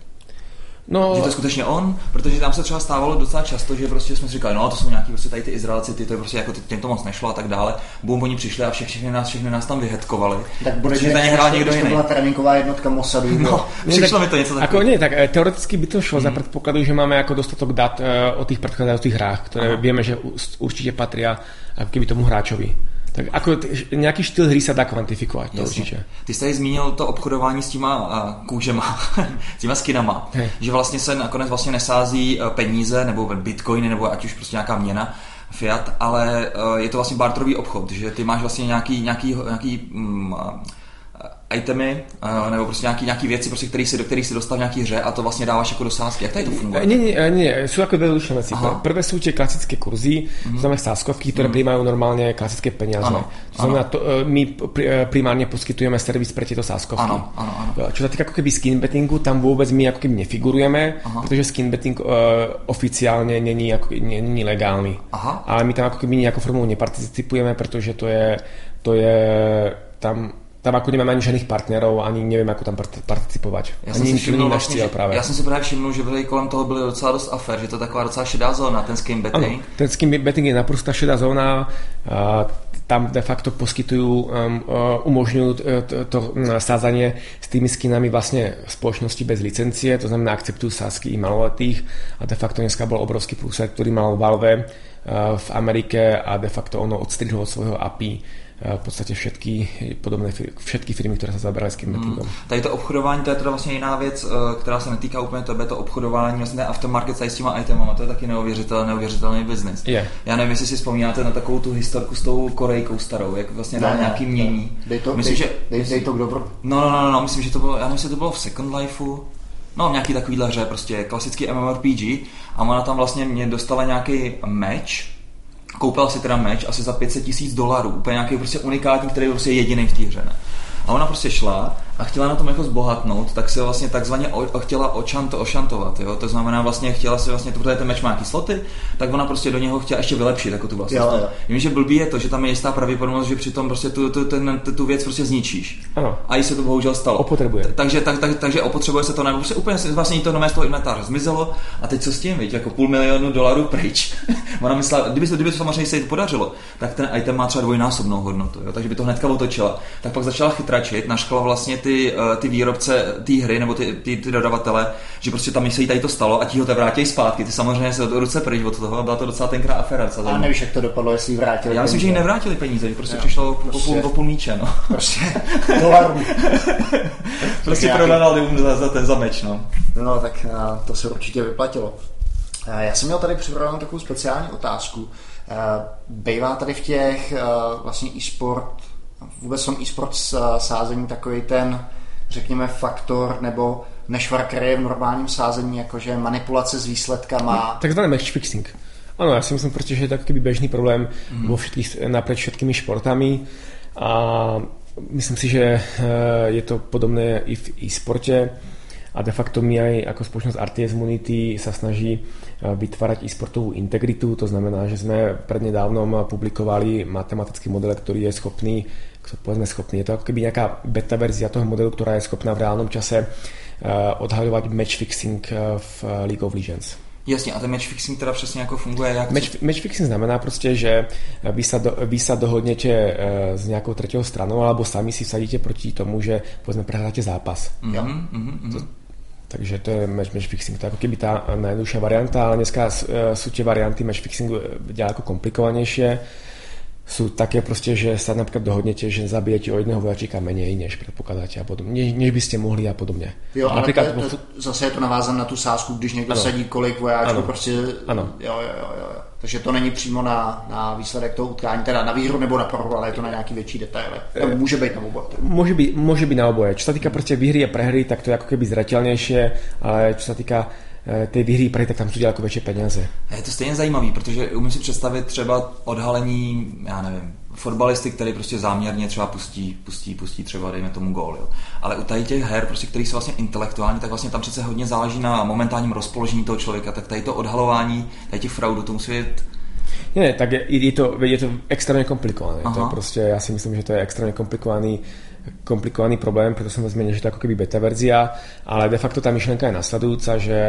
No, že to je skutečně on, protože tam se třeba stávalo docela často, že prostě jsme si říkali, no to jsou nějaký prostě tady ty Izraelci, ty to je prostě jako těm to moc nešlo a tak dále. Bum, oni přišli a všechny, všechny nás, všechny nás tam vyhetkovali. Tak bude, že tady hrál někdo jiný. To byla tréninková jednotka Mossadu. No, přišlo mi to něco takového. Ako nie, tak teoreticky by to šlo mm. za predpokladu, že máme ako dostatok dat uh, o tých predchádzajúcich hrách, ktoré Aha. vieme, že určite patria ako keby tomu hráčovi. Tak ako t- nějaký štýl hry se dá kvantifikovat, to určitě. Ty jsi tady zmínil to obchodování s těma uh, kůžema, s těma skinama, hey. Že vlastně se nakonec vlastně nesází uh, peníze nebo bitcoiny nebo ať už prostě nějaká měna, fiat, ale uh, je to vlastně barterový obchod, že ty máš vlastně nějaký, nějaký, nějaký um, itemy, uh, nebo prostě nějaký, nějaký věci, prostě, který si, do kterých si dostal v nějaký hře a to vlastně dáváš jako do sázky. Jak tady to funguje? Nie, nie, nie, sú ako dve odlišné veci. Aha. Prvé sú tie klasické kurzy, mm-hmm. to znamená sázkovky, ktoré mm-hmm. prijímajú normálne klasické peniaze. Ano, to znamená, to, my primárne poskytujeme servis pre tieto sázkovky. Ano, ano, ano. Čo sa týka ako keby skin bettingu, tam vôbec my ako keby nefigurujeme, Aha. pretože skin betting uh, oficiálne není, ako, není legálny. Aha. Ale my tam ako keby nejakou formou neparticipujeme, pretože to je, to je tam tam ako nemáme ani žádných partnerov, ani nevím, ako tam participovat. Já ani si všimnul, vlastně, že, já jsem si právě všimnul, že byli kolem toho byly docela dost afér, že to je taková docela šedá zóna, ten skin betting. Ano, ten skin betting je naprosto šedá zóna, a tam de facto poskytují, um, umožňují to, to sázanie s tými skinami vlastně společnosti bez licencie, to znamená akceptují sázky i maloletých a de facto dneska byl obrovský průser, který mal Valve uh, v Amerike a de facto ono odstrihlo od svojho A P I v podstatě všetky podobné firmy, všetky firmy, které se zaberaly skin bettingom. Hmm. Tady to obchodování, to je teda vlastně jiná věc, která se netýká úplně tebe, to obchodování vlastně aftermarket s těma itemama, to je taky neuvěřitelný, neuvěřitelný biznis. Yeah. Já nevím, jestli si vzpomínáte na takovou tu historku s tou Korejkou starou, jak vlastně dal nějaký mění. Dej to, myslím, dej, že, dej, dej to k dobru. No, no, no, no, myslím, že to bylo, já nevím, jestli to bylo v Second Lifeu, no, nějaký takovýhle hře, prostě klasický MMORPG a ona tam vlastně mě dostala nějaký meč, koupila si teda meč asi za pět set tisíc dolarů, úplně nějaký prostě unikátní, který je prostě jediný v té hře. Ne? A ona prostě šla a chtěla na tom jako zbohatnout, tak si vlastně takzvaně o, o, chtěla očanto, ošantovat, jo? To znamená vlastně chtěla si vlastně, protože ten meč má nějaký sloty, tak ona prostě do něho chtěla ještě vylepšit jako tu vlastnost. Vím, že blbý je to, že tam je jistá pravděpodobnost, že přitom prostě tu, tu, ten, tu, tu věc prostě zničíš. Ano. A jí se to bohužel stalo. Opotřebuje. Takže, tak, tak, takže opotřebuje se to, nebo prostě úplně vlastně to nové z toho inventáře zmizelo a teď co s tím, víš, jako půl milionu dolarů pryč. Ona myslela, kdyby, kdyby to samozřejmě se jí podařilo, tak ten item má třeba dvojnásobnou hodnotu, jo? Takže by to hnedka otočila. Tak pak začala chytračit, naškala vlastně ty, ty výrobce té hry nebo ty, ty, ty dodavatele, že prostě tam se jí tady to stalo a ti ho to vrátí zpátky. Ty samozřejmě se od ruce pryč od toho a byla to docela tenkrá aféra. A nevíš, jak to dopadlo, jestli jí vrátili. Já myslím, že jí nevrátili peníze, prostě jo, přišlo prostě, po, půl, po půl míče. No. Prostě dolarů. Prostě nějaký... prodali um za, za ten za meč. No, no tak uh, to se určitě vyplatilo. Uh, já jsem měl tady připravenou takovou speciální otázku. Uh, Bejvá tady v těch uh, vlastně e-sport, vůbec tom e-sport sázení takový ten, řekněme, faktor nebo nešvar, který je v normálním sázení, jakože manipulace s výsledkama. Takzvaný match fixing. Ano, já si myslím, protože je to takový běžný problém mm. vo všetkých, napříč všetkými športami a myslím si, že je to podobné i v e-sporte a de facto my aj ako spoločnosť R T S Munity sa snaží vytvárať e-sportovú integritu, to znamená, že sme prednedávnom publikovali matematický model, ktorý je schopný, povedzme schopný, je to ako keby nejaká beta verzia toho modelu, ktorá je schopná v reálnom čase odhaľovať match fixing v League of Legends. Jasně, a ten match fixing teda přesně jako funguje? Jak match, match fixing znamená prostě, že vy sa, do, vy sa dohodnete s nejakou treťou stranou alebo sami si vsadíte proti tomu, že povedzme prehráte zápas. Mm-hmm, mm-hmm. To, takže to je match, match fixing. To je ako keby tá najjednoduchšia varianta, ale dneska sú tie varianty match fixingu ďaleko komplikovanejšie. Sú také proste, že sa napríklad dohodnete, že zabijete o jedného vojačíka menej, než predpokladáte a podobne, než by ste mohli a podobne. Jo, ale napríklad, to, to, zase je to navázané na tu sázku, když někdo ano. sadí kolik vojáčů, ano. prostě, ano. Jo, jo, jo, jo. Takže to není přímo na, na výsledek toho utkání, teda na výhru nebo na prohru, ale je to na nějaký větší detaily. E, může být na oboje. Môže byť, môže byť na oboje. Čo sa týka proste výhry a prehry, tak to je ako keby zrateľnejšie, ale čo sa týka té výhry, tak tam jsou daleko větší peníze. Je to stejně zajímavý, protože umím si představit třeba odhalení, já nevím, fotbalisty, který prostě záměrně třeba pustí, pustí, pustí třeba, dejme tomu gól, jo. Ale u tady těch her, prostě, který jsou vlastně intelektuální, tak vlastně tam přece hodně záleží na momentálním rozpoložení toho člověka, tak tady to odhalování, tady těch fraudů, to musí být... Ne, tak je, je, to, je to extrémně komplikované. To je prostě, já si myslím, že to je extrémně komplikovaný komplikovaný problém, preto som zmenil, že to ako keby beta verzia, ale de facto tá myšlenka je nasledujúca, že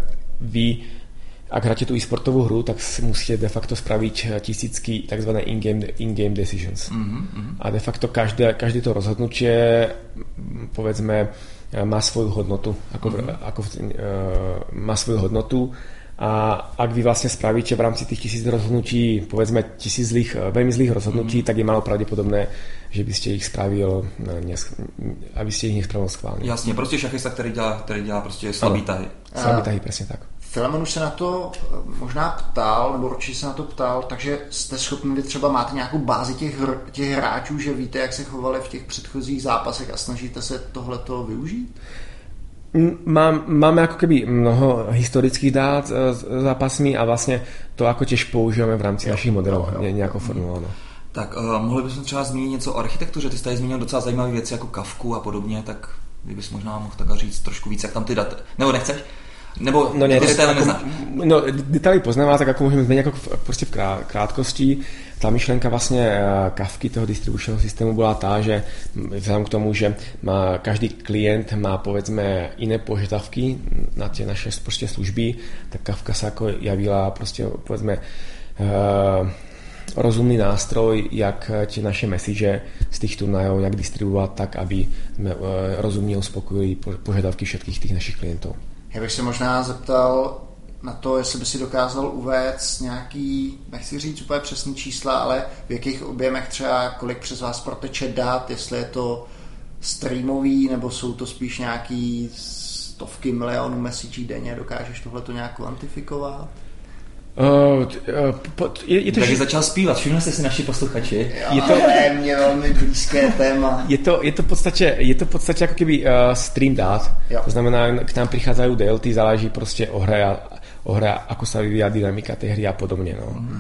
vy, ak hráte tú e-sportovú hru, tak musíte de facto spraviť tisícky tzv. in-game, in-game decisions. Mm-hmm. A de facto každé, každé to rozhodnutie, povedzme, má svoju hodnotu. Ako, mm-hmm. ako, uh, má svoju hodnotu. A ak vy vlastne spravíte v rámci tých tisíc rozhodnutí, povedzme tisíc zlých, veľmi zlých rozhodnutí, mm. tak je málo pravděpodobné, že by ste ich spravil, aby ste ich nespravil schválně. Jasně, prostě šachista, který dělá, který dělá prostě slabý tahy. Slabý tahy, přesně tak. Filemon už se na to možná ptal, nebo určitě se na to ptal, takže jste schopni, vy třeba máte nějakou bázi těch, hr, těch hráčů, že víte, jak se chovali v těch předchozích zápasech a snažíte se tohleto využít? Mám, máme ako keby mnoho historických dát s zápasmi a vlastne to ako tiež používame v rámci jo, našich modelov, jo, jo. nejako formulované. Tak uh, mohli bychom třeba zmínit něco o architektuře, ty jsi tady zmínil docela zajímavé věci jako Kafku a podobně, tak kdybys možná mohl tak říct trošku víc, jak tam ty data, nebo nechceš? Nebo no, ne, ty detaily neznáš? No, detaily poznám, ale tak ako môžeme zmeniť ako v, proste v krátkosti. Tá myšlenka vlastne Kafky, toho distribučného systému, bola tá, že vzhľadom k tomu, že má, každý klient má povedzme iné požiadavky na tie naše proste služby, tak Kafka sa ako javila proste povedzme uh, rozumný nástroj, jak tie naše message z tých turnajov, jak distribuovať tak, aby sme uh, rozumne uspokojili požiadavky všetkých tých našich klientov. Já bych se možná zeptal na to, jestli by si dokázal uvést nějaký, nechci říct úplně přesný čísla, ale v jakých objemech třeba, kolik přes vás proteče dat, jestli je to streamový, nebo jsou to spíš nějaký stovky milionů messagí denně, dokážeš tohleto nějak kvantifikovat? Uh, uh, je, je to, Takže začal zpívat, všimli jste si naši posluchači. Jo, je to je mě velmi blízké téma. Je to, je to v podstate, je to v podstate ako keby uh, stream dát. Jo. To znamená, k nám prichádzajú D L T, záleží proste o hre, o hre, ako sa vyvíja dynamika tej hry a podobne. No. Mm-hmm.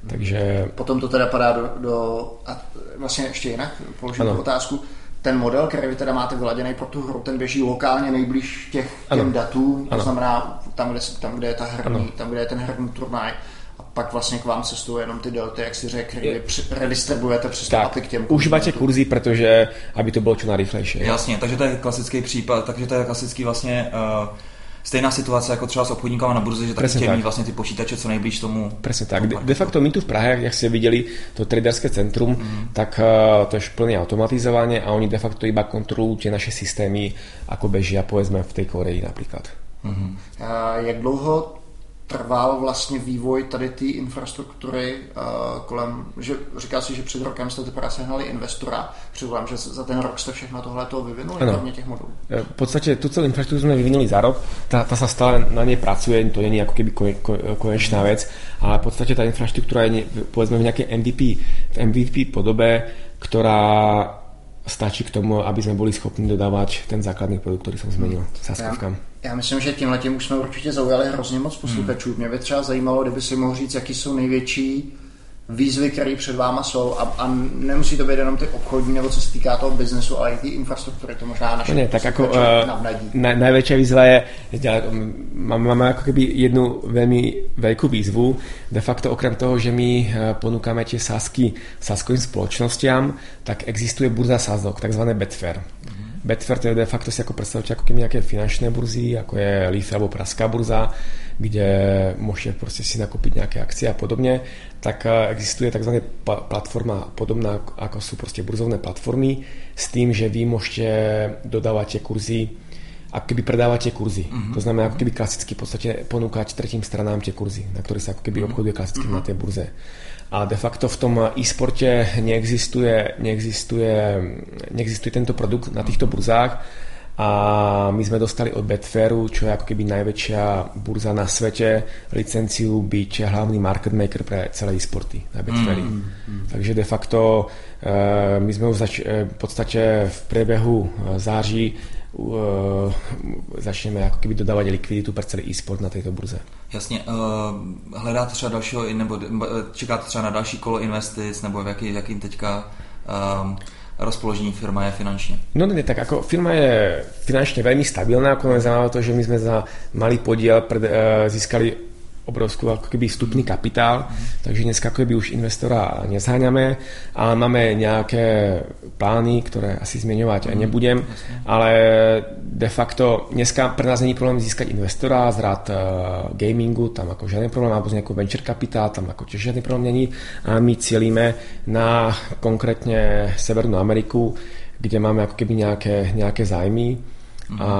Takže... Potom to teda padá do, do a vlastně ještě jinak, položím tu otázku. Ten model, který vy teda máte vyladěný pro tu hru, ten běží lokálně nejblíž těch, těm ano. datům, to ano. znamená tam kde, tam, kde je ta herní, tam, kde je ten herní turnaj. A pak vlastně k vám cestují jenom ty delty, jak si řekl, který redistribuujete přes tak, k těm užívate kurzy, protože aby to bylo čo najrychlejšie. Jasně, takže to je klasický případ, takže to je klasický vlastně uh, stejná situace jako třeba s obchodníkama na burze, že taky chtějí mít vlastně ty počítače co nejblíž tomu. Presne tak. De, de facto my tu v Prahe, jak ste videli to traderské centrum, mm. tak uh, to je plne automatizovanie a oni de facto iba kontrolujú tie naše systémy, ako bežia povedzme v tej Koreji napríklad. Mm-hmm. A jak dlouho trval vlastně vývoj tady té infrastruktury uh, kolem, že říkal si, že před rokem jste teprve sehnali investora, předpokládám, že za ten rok jste všechno tohle toho vyvinuli, kromě těch modulů. V podstate tú celú infraštruktúru sme vyvinuli za rok, tá, tá sa stále na nej pracuje, to nie je ako keby konečná vec, ale v podstate tá infraštruktúra je povedzme v nejakej M V P, v M V P podobe, ktorá stačí k tomu, aby sme boli schopni dodávať ten základný produkt, ktorý som zmenil sázkovkám. Já myslím, že tímhletím už jsme určitě zaujali hrozně moc posluchačů. Mě by třeba zajímalo, kdyby si mohl říct, jaký jsou největší výzvy, které před váma jsou a, a nemusí to být jenom ty obchodní nebo co se týká toho biznesu, ale i ty infrastruktury, to možná naše no tak jako, uh, na, najväčšia výzva je, máme ako keby jednu veľmi veľkú výzvu, de facto okrem toho, že my ponúkame tie sázky sázkovým spoločnostiam, tak existuje burza sázok, takzvané Betfair. Mm-hmm. Betfair to je de facto si ako predstavte ako keby nejaké finančné burzy, ako je Leaf alebo Pražská burza, kde môžete proste si nakúpiť nejaké akcie a podobne, tak existuje tzv. Platforma podobná ako sú proste burzovné platformy s tým, že vy môžete dodávať tie kurzy, ako keby predávate kurzy. Mm-hmm. To znamená ako keby klasicky v podstate ponúkať tretím stranám tie kurzy, na ktorých sa ako keby obchoduje klasicky mm-hmm. na tej burze. A de facto v tom e-sporte neexistuje, neexistuje, neexistuje tento produkt na týchto burzách. A my sme dostali od Betfairu, čo je ako keby najväčšia burza na svete, licenciu byť hlavný market maker pre celé e-sporty na Betfairi. Mm, mm. Takže de facto uh, my sme už zač- v podstate v priebehu září uh, začneme ako keby dodávať likviditu pre celý e-sport na tejto burze. Jasně. Uh, hledáte třeba dalšího, nebo čekáte třeba na další kolo investic, nebo v jaký, jakým teďka um, rozpoložení firma je finančne? No nie, tak ako firma je finančne veľmi stabilná, ako znamená to, že my sme za malý podiel pred, e, získali obrovskú ako keby vstupný kapitál, mm. takže dneska ako keby už investora nezháňame, ale máme nejaké plány, ktoré asi zmieňovať aj nebudem, mm. ale de facto dneska pre nás není problém získať investora z rád uh, gamingu, tam ako žiadny problém, alebo z nejakého venture kapitál, tam ako tiež žiadny problém není a my cielíme na konkrétne Severnú Ameriku, kde máme ako keby nejaké, nejaké zájmy. Mm-hmm. A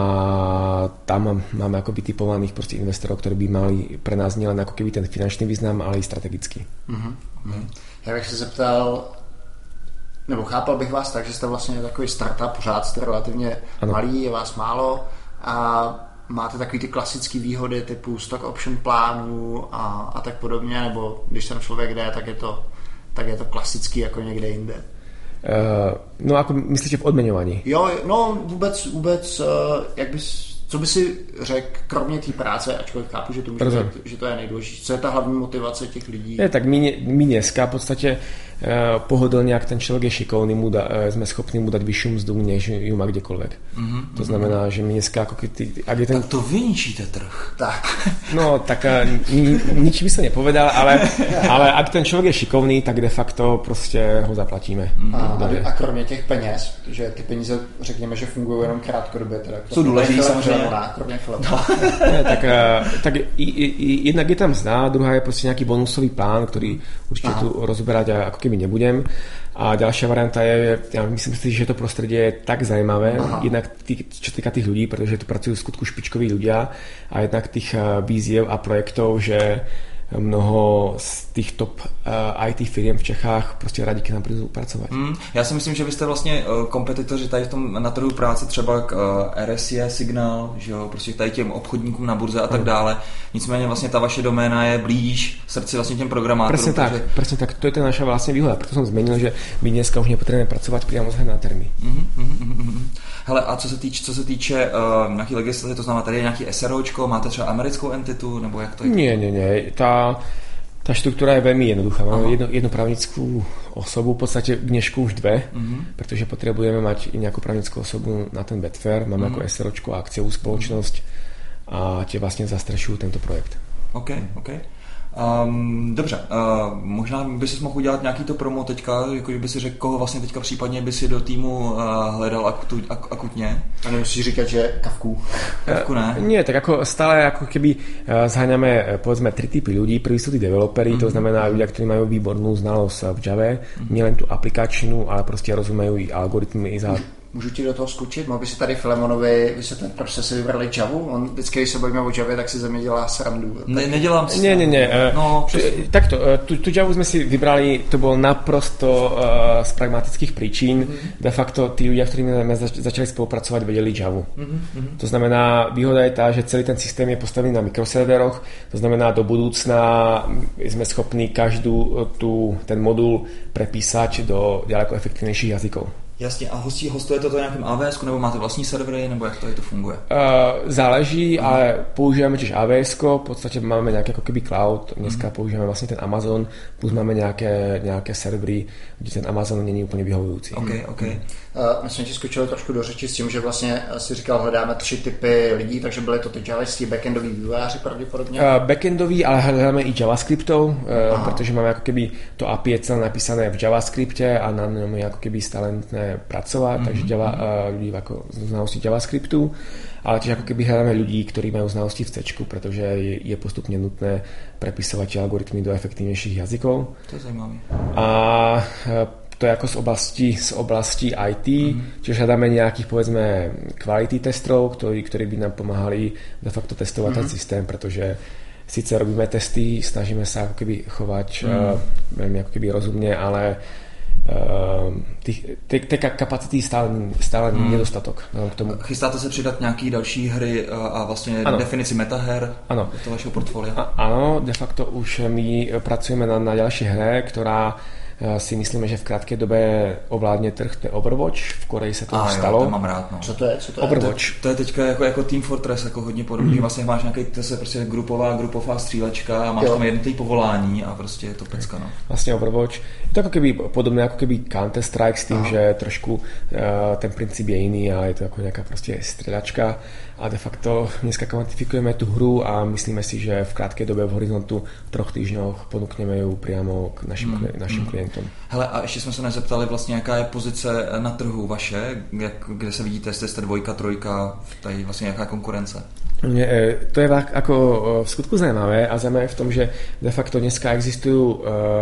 tam máme akoby typovaných proste investorov, ktorí by mali pre nás nielen ako keby ten finančný význam, ale i strategický. Mm-hmm. Já bych se zeptal, nebo chápal bych vás tak, že jste vlastně takový startup, pořád jste relativně ano. malý, je vás málo a máte takový ty klasické výhody typu stock option plánů a, a tak podobně, nebo když ten člověk jde, tak je to, tak je to klasický jako někde jinde. Uh, no ako myslíte v odmeňovaní? Jo, no vůbec, vůbec uh, jak bys, co by si řekl, kromě té práce, ačkoliv chápu, že to, může být, že to je nejdůležitější, co je ta hlavní motivace těch lidí? Je, tak my, my dneska v podstate uh, pohodlne, ak ten človek je šikovný, mu da, uh, sme schopní mu dať vyššiu mzdu, než ju má kdekoľvek. Mm-hmm. To znamená, že my dneska ako keď... Ak je ten... Tak to vyničíte trh. Tak. No, tak uh, ni, nič by som nepovedal, ale, ale ak ten človek je šikovný, tak de facto proste ho zaplatíme. A, a, a kromě těch peněz, že ty peníze, řekněme, že fungují jenom krátkodobě, teda. Jsou důležitý samozřejmě. Kromě no. Ne, tak, tak i, i, jednak je tam zná, druhá je proste nejaký bonusový plán, ktorý určite Aha. tu rozoberať ako keby nebudem. A ďalšia varianta je, ja myslím si, že to prostredie je tak zaujímavé, Aha. jednak tý, čo týka tých ľudí, pretože tu pracujú v skutku špičkoví ľudia a jednak tých výziev a projektov, že mnoho z tých top uh, í té firiem v Čechách prostě rádi k nám prídu pracovať. Mm, já si myslím, že vy jste vlastně uh, kompetitoři tady v tom na trhu práce třeba k uh, R S I, Signal, že jo, prostě tady těm obchodníkům na burze a tak mm. dále. Nicméně vlastně ta vaše doména je blíž srdci vlastně těm programátorům. Presne tak, takže... presne tak, to je ta naša vlastně výhoda, proto som zmenil, že my dneska už nepotrebujeme pracovať priamo s hranátami. Mm, mm, mm, mm. Hele, a co se týče, co se týče uh, nějaký legislativy, to znamená, tady je nějaký SROčko, máte třeba americkou entitu, nebo jak to je? Nie, nie, nie, tá Tá štruktúra je veľmi jednoduchá. Máme jednu, jednu právnickú osobu, v podstate dnešku už dve, uh-huh. pretože potrebujeme mať nejakú právnickú osobu na ten Betfair. Máme uh-huh. ako SROčku a akciovú spoločnosť a tie vlastne zastrešujú tento projekt. OK, OK. Um, dobře, uh, možná by si mohl udělat nějaký to promo teďka, jakože by si řekl, koho vlastně teďka případně by si do týmu uh, hledal akutu, ak, akutně. A nemusíš říkat, že Kafku. Kafku ne? Uh, nie, tak ako stále ako keby uh, zháňame povedzme tri typy ľudí. Prvý sú tí developeri, mm-hmm. to znamená ľudia, ktorí majú výbornú znalosť v Java, mm-hmm. nielen tú aplikačnú, ale proste rozumejú i algoritmy, i za Můžu ti do toho skočit? Mohl by si tady Filemonovi vysvětlit, proč jste si vybrali Javu? On vždycky, když se bavíme o Javě, tak si ze mě dělá srandu. Ne, nedělám si. Ne, ne, ne. No, takto, tu, tu Javu sme si vybrali, to bolo naprosto uh, z pragmatických príčin. Mm-hmm. De facto tí ľudia, ktorí sme zač- začali spolupracovať, vedeli Javu. Mm-hmm. To znamená, výhoda je tá, že celý ten systém je postavený na mikroserveroch, to znamená, do budúcna sme schopní každú tu, ten modul prepísať do ďaleko efektívnejších jazykov. Jasně, a hostí, hostujete to nějakým á vé es, nebo máte vlastní servery, nebo jak to, to funguje? Uh, záleží, uh-huh. ale používáme tiež á vé es, v podstate máme nejaký ako keby cloud, dneska uh-huh. používáme vlastne ten Amazon, plus máme nejaké, nejaké servery, kde ten Amazon není úplně vyhovujúci. OK, OK. Uh, my jsme ti skočili trošku do řeči s tím, že vlastně si říkal, hledáme tři typy lidí, takže byly to ty javistí, backendoví vývojáři pravděpodobně? Uh, backendoví, ale hledáme i JavaScriptov, uh, protože máme ako keby to á pé í je celé napísané v JavaScripte a na něm je ako keby stále nutné pracovať, mm-hmm. takže Java, uh, ľudí ako znalosti JavaScriptu, ale tiež ako keby hľadáme ľudí, ktorí majú znalosti v C, pretože je, je postupne nutné prepisovať algoritmy do efektívnejších jazykov. To je zajímavé. A uh, to je ako z oblasti, z oblasti í té, mm-hmm. čiže hľadáme nejakých povedzme quality testrov, ktorí, ktorí by nám pomáhali de facto testovať mm-hmm. ten systém, pretože síce robíme testy, snažíme sa ako keby chovať mm. uh, veľmi ako keby rozumne, ale té kapacity stále, stále hmm. nedostatok. K tomu. Chystáte se přidat nějaký další hry a vlastně ano. definici metaher do toho vašeho portfolia? A, ano, de facto už my pracujeme na, na další hře, která si myslíme, že v krátké době ovládne trh, to je Overwatch, v Koreji se to a stalo. Jo, to mám rád, no. Co to je? Co to je? Overwatch. To, to je teďka jako, jako Team Fortress, jako hodně podobný, mm. vlastně máš nějaký, to je prostě grupová, grupová střílečka a máš jo. tam jednotlivý povolání a prostě je to pecka, no. Vlastně Overwatch, je to jako keby podobné jako keby Counter Strike s tím, Aha. že trošku uh, ten princip je jiný, ale je to jako nějaká prostě střelačka a de facto dneska kvantifikujeme tu hru a myslíme si, že v krátké době v horizontu troch týždňoch ponúkneme ju priamo k našim, mm. našim mm. klientom. Hele, a ještě jsme se nezeptali vlastně, jaká je pozice na trhu vaše, jak, kde se vidíte, jestli jste dvojka, trojka, tady vlastně jaká konkurence? To je ako v skutku zaujímavé a zaujímavé v tom, že de facto dneska existujú uh,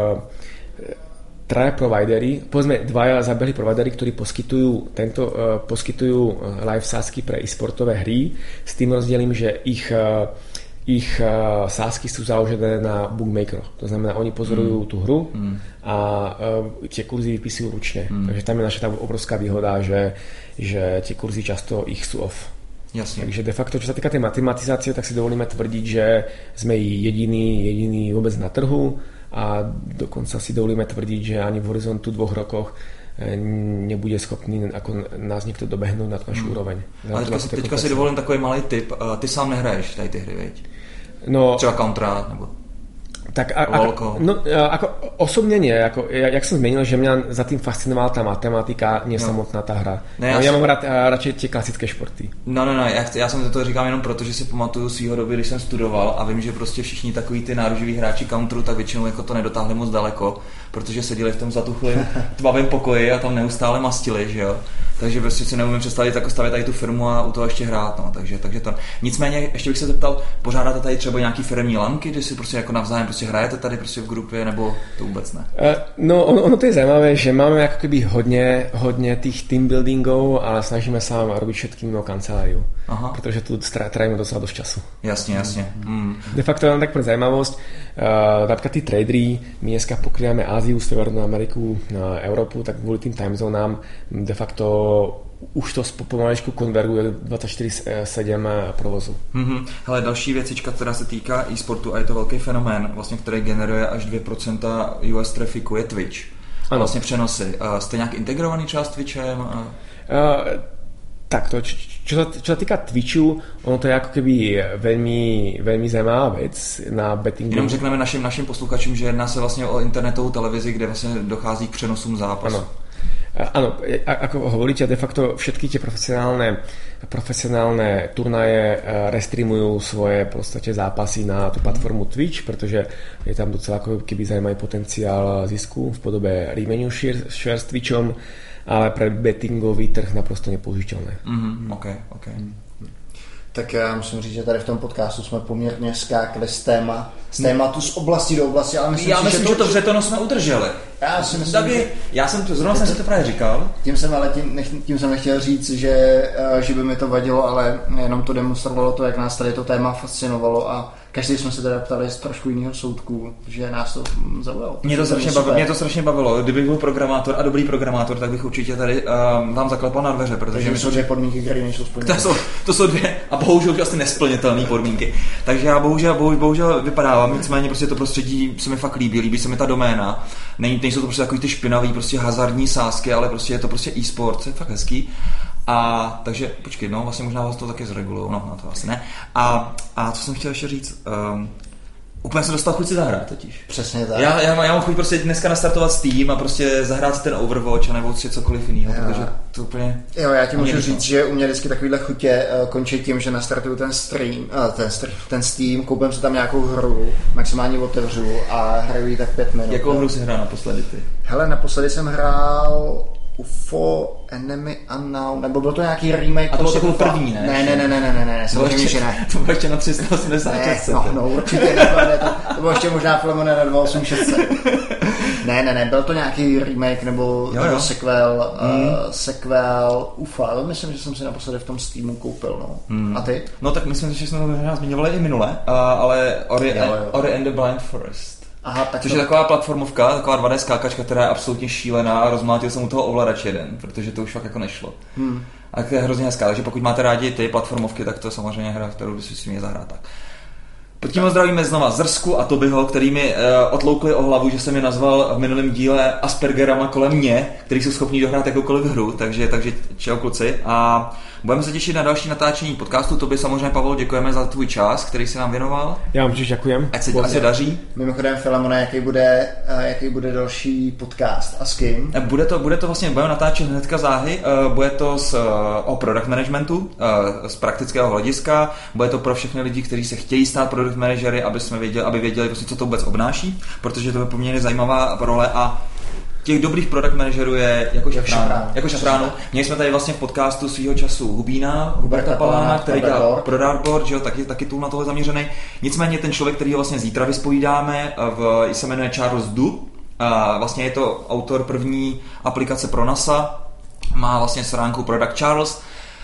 traja providery, povedzme dvaja zabehli providery, ktorí poskytujú tento, uh, poskytujú live sázky pre e-sportové hry s tým rozdielím, že ich uh, ich uh, sázky sú založené na bookmakeroch. To znamená, oni pozorujú mm. tú hru mm. a uh, tie kurzy vypisujú ručne. Mm. Takže tam je naša tá obrovská výhoda, že, že tie kurzy často ich sú off. Jasne. Takže de facto, čo sa týka tej matematizácie, tak si dovolíme tvrdiť, že sme jediný, jediný vôbec na trhu a dokonca si dovolíme tvrdiť, že ani v horizontu dvoch rokoch nebude schopný ako nás niekto dobehnúť na našu hmm. úroveň. Ale teďka, teďka si dovolím takový malý tip. Ty sám nehraješ tady ty hry, veď? No, třeba Contra, nebo tak a, ako, no, ako osobne nie, ako, jak som zmenil, že mňa za tým fascinovala tá matematika, nie no. samotná tá hra. Ne, no, já, já mám rád radšej tie klasické športy. No, no, no, já, já jsem to říkám jenom proto, že si pamatuju svýho doby, když jsem studoval a vím, že prostě všichni takový ty nároživí hráči Counteru tak většinou jako to nedotáhli moc daleko, protože seděli v tom zatuchlém tmavém pokoji a tam neustále mastili, že jo. Takže prostě si neumím představit jako stavět tady tu firmu a u toho ještě hrát, no, takže, takže to. Nicméně ještě bych se zeptal, pořádáte tady třeba nějaký firemní lanky, kde si prostě jako navzájem prostě hrajete tady prostě v grupě, nebo to vůbec ne? Uh, no, ono, ono to je zajímavé, že máme jako keby hodně, hodně tých team buildingů, ale snažíme se robiť všetkým mimo kanceláriu. Aha. Protože tu trávíme docela dost času. Jasně, jasně. Mm. De facto jenom tak pro zajímavosť, uh, napríklad tí tradery, my dneska pokrývame Áziu, Severnú Ameriku, uh, Európu, tak kvôli tým timezónám de facto už to pomaličku konverguje do dvacet čtyři sedm provozu. Mm-hmm. Hele, další věcička, která se týká e-sportu a je to velký fenomén, vlastně, který generuje až dvě procenta U S trafiku, je Twitch. A vlastně přenosy. Jste nějak integrovaný třeba s Twitchem? Uh, takto, čo sa, čo sa týka Twitchu, ono to je ako keby veľmi, veľmi zajímavá vec na bettingu. Jenom řekneme našim, našim posluchačům, že jedná se vlastně o internetovou televizi, kde vlastně dochází k přenosům zápasu. Ano. Áno, ako hovoríte, de facto všetky tie profesionálne, profesionálne turnaje restreamujú svoje v podstate zápasy na tú platformu Twitch, pretože je tam docela ako keby zaujímavý potenciál zisku v podobe revenue share, share s Twitchom, ale pre bettingový trh naprosto nepoužiteľné. Mm-hmm, okay, okay. Tak já musím říct, že tady v tom podcastu jsme poměrně skákli z téma, z tématu z oblasti do oblasti, ale myslím já si, myslím, že že to, to vřetono jsme udrželi. Já si myslím, Taky, že... já jsem to, zrovna jsem si to právě říkal. Tím jsem ale tím, nech, tím jsem nechtěl říct, že, že by mi to vadilo, ale jenom to demonstrovalo to, jak nás tady to téma fascinovalo a každý jsme se teda ptali z trošku jiného soudku, že nás to zaujalo. Mě to, strašně bavilo, mě to strašně bavilo. Kdybych byl programátor a dobrý programátor, tak bych určitě tady uh, vám zaklepal na dveře, protože Takže mi jsou dvě podmínky, které nejsou splněné. To jsou, to jsou dvě a bohužel asi nesplnitelné podmínky. Takže já bohužel, bohužel, bohužel vypadávám, nicméně prostě to prostředí se mi fakt líbí, líbí se mi ta doména. Není, nejsou to prostě takový ty špinavý, prostě hazardní sázky, ale prostě je to prostě e-sport, je fakt hezký. A takže, počkej, no, vlastně možná vás to taky zregulují, no, no to asi ne. A, a co jsem chtěl ještě říct, um, úplně se dostal chuť si zahrát totiž. Přesně tak. Já, já, já mám chuť prostě dneska nastartovat Steam a prostě zahrát si ten Overwatch a nebo si cokoliv jiného, protože to úplně... Jo, já ti můžu mě říct, že u mě vždycky takovýhle chutě uh, končí tím, že nastartuju ten stream, uh, ten, stream, ten Steam, koupím si tam nějakou hru, maximálně otevřu a hraju ji tak pět minut. Jakou hru si hrál naposledy ty? Hele, naposledy jsem hrál U F O, Enemy Unknown, nebo byl to nějaký remake? A to bylo prostě takovou první, ne? Ne, ne, ne, ne, ne, ne, ne, samozřejmě, že ne. To bylo ještě na tři sta osmdesát šest. Ne, no, no, určitě ne, ne, to, to bylo ještě možná Filemone na dva osm šest set. Ne, ne, ne, byl to nějaký remake nebo, jo, jo. nebo sequel, mm. uh, sequel U F O, ale myslím, že jsem si naposledy v tom Steamu koupil, no. Mm. A ty? No tak myslím, že jsme to možná zmiňovali i minule, uh, ale Ori, jo, jo. Ori and the Blind Forest. Aha, tak což to... je taková platformovka, taková dva dé skákačka, která je absolutně šílená a rozmlátil jsem u toho ovladač jeden, protože to už fakt jako nešlo. Hmm. A to je hrozně hezká, takže pokud máte rádi ty platformovky, tak to je samozřejmě hra, kterou by si měli zahrát. Tak. Pod tím zdravíme znova Zrsku a Tobyho, který mi uh, otloukli o hlavu, že jsem je nazval v minulém díle Aspergerama kolem mě, který jsou schopní dohrát jakoukoliv hru, takže, takže čau kluci. A budeme se těšit na další natáčení podcastu. Tobě samozřejmě, Pavel, děkujeme za tvůj čas, který jsi nám věnoval. Já vám těž děkujem. Ať se, ať se daří. Mimochodem, Filemone, jaký bude, jaký bude další podcast a s kým? Bude to, bude to vlastně, budeme natáčet hnedka záhy, bude to z, o product managementu, z praktického hlediska, bude to pro všechny lidi, kteří se chtějí stát product manažery, aby jsme věděli, aby věděli, prostě, co to vůbec obnáší, protože to je poměrně zajímavá role a těch dobrých product manažerů je jako šafránu. Jako šafránu. Měli jsme tady vlastně v podcastu svýho času Hubína, Huberta Palána, který dělal pro Dartboard, že jo, taky, taky tu na tohle zaměřený. Nicméně ten člověk, který ho vlastně zítra vyspovídáme, v, se jmenuje Charles Du. A vlastně je to autor první aplikace pro NASA, má vlastně stránku Product Charles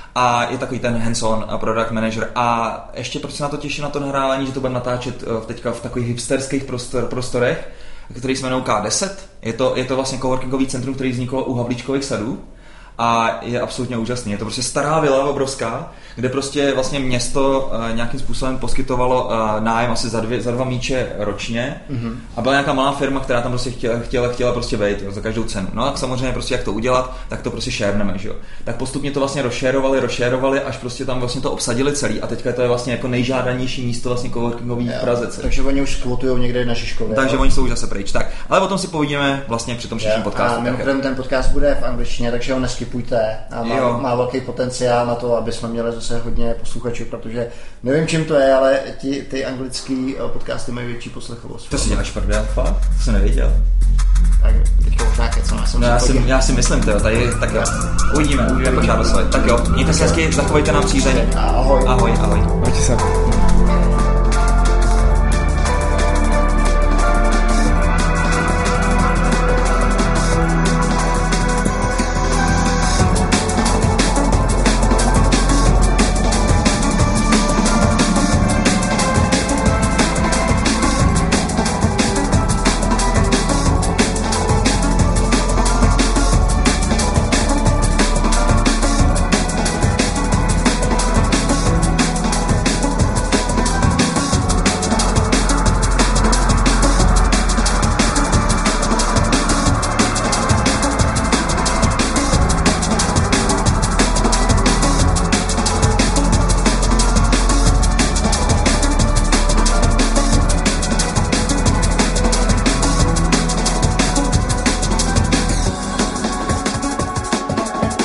a je takový ten hands-on product manager. A ještě proč se na to těším, na to nahrávání, že to budeme natáčet teďka v takových hipsterských prostor, prostorech, který se jmenuje K deset. Je to, je to vlastně coworkingový centrum, který vzniklo u Havlíčkových sadů a je absolutně úžasný. Je to prostě stará vila obrovská, kde prostě vlastně město uh, nějakým způsobem poskytovalo uh, nájem asi za, dvě, za dva míče ročně mm-hmm. a byla nějaká malá firma, která tam prostě chtěla, chtěla, chtěla prostě být jo, za každou cenu. No a samozřejmě prostě jak to udělat, tak to prostě šérneme, že jo. Tak postupně to vlastně rozšérovali, rozšérovali, až prostě tam vlastně to obsadili celý a teďka to je vlastně jako nejžádanější místo vlastně coworkingový v Praze. Takže oni už kvotujou někde naší školy. Takže jo? Oni jsou už zase pryč. Tak, ale o tom si povídeme vlastně při tom příštím podcastu. A mimochodem ten podcast bude v angličtině, takže ho neskipujte. A má, má velký potenciál na to, aby jsme měli zase hodně posluchačů, protože nevím, čím to je, ale ti, ty anglický podcasty mají větší poslechovost. To si děláš prdel, fakt? To jsem nevěděl. Tak teďka možná kecám, já jsem no, já, si, já si myslím, to tady, tak jo. Uvidíme, uvidíme po Charlesovi. Tak jo, mějte se hezky, zachovejte nám přízeň. Ahoj. Ahoj, ahoj. Majte se.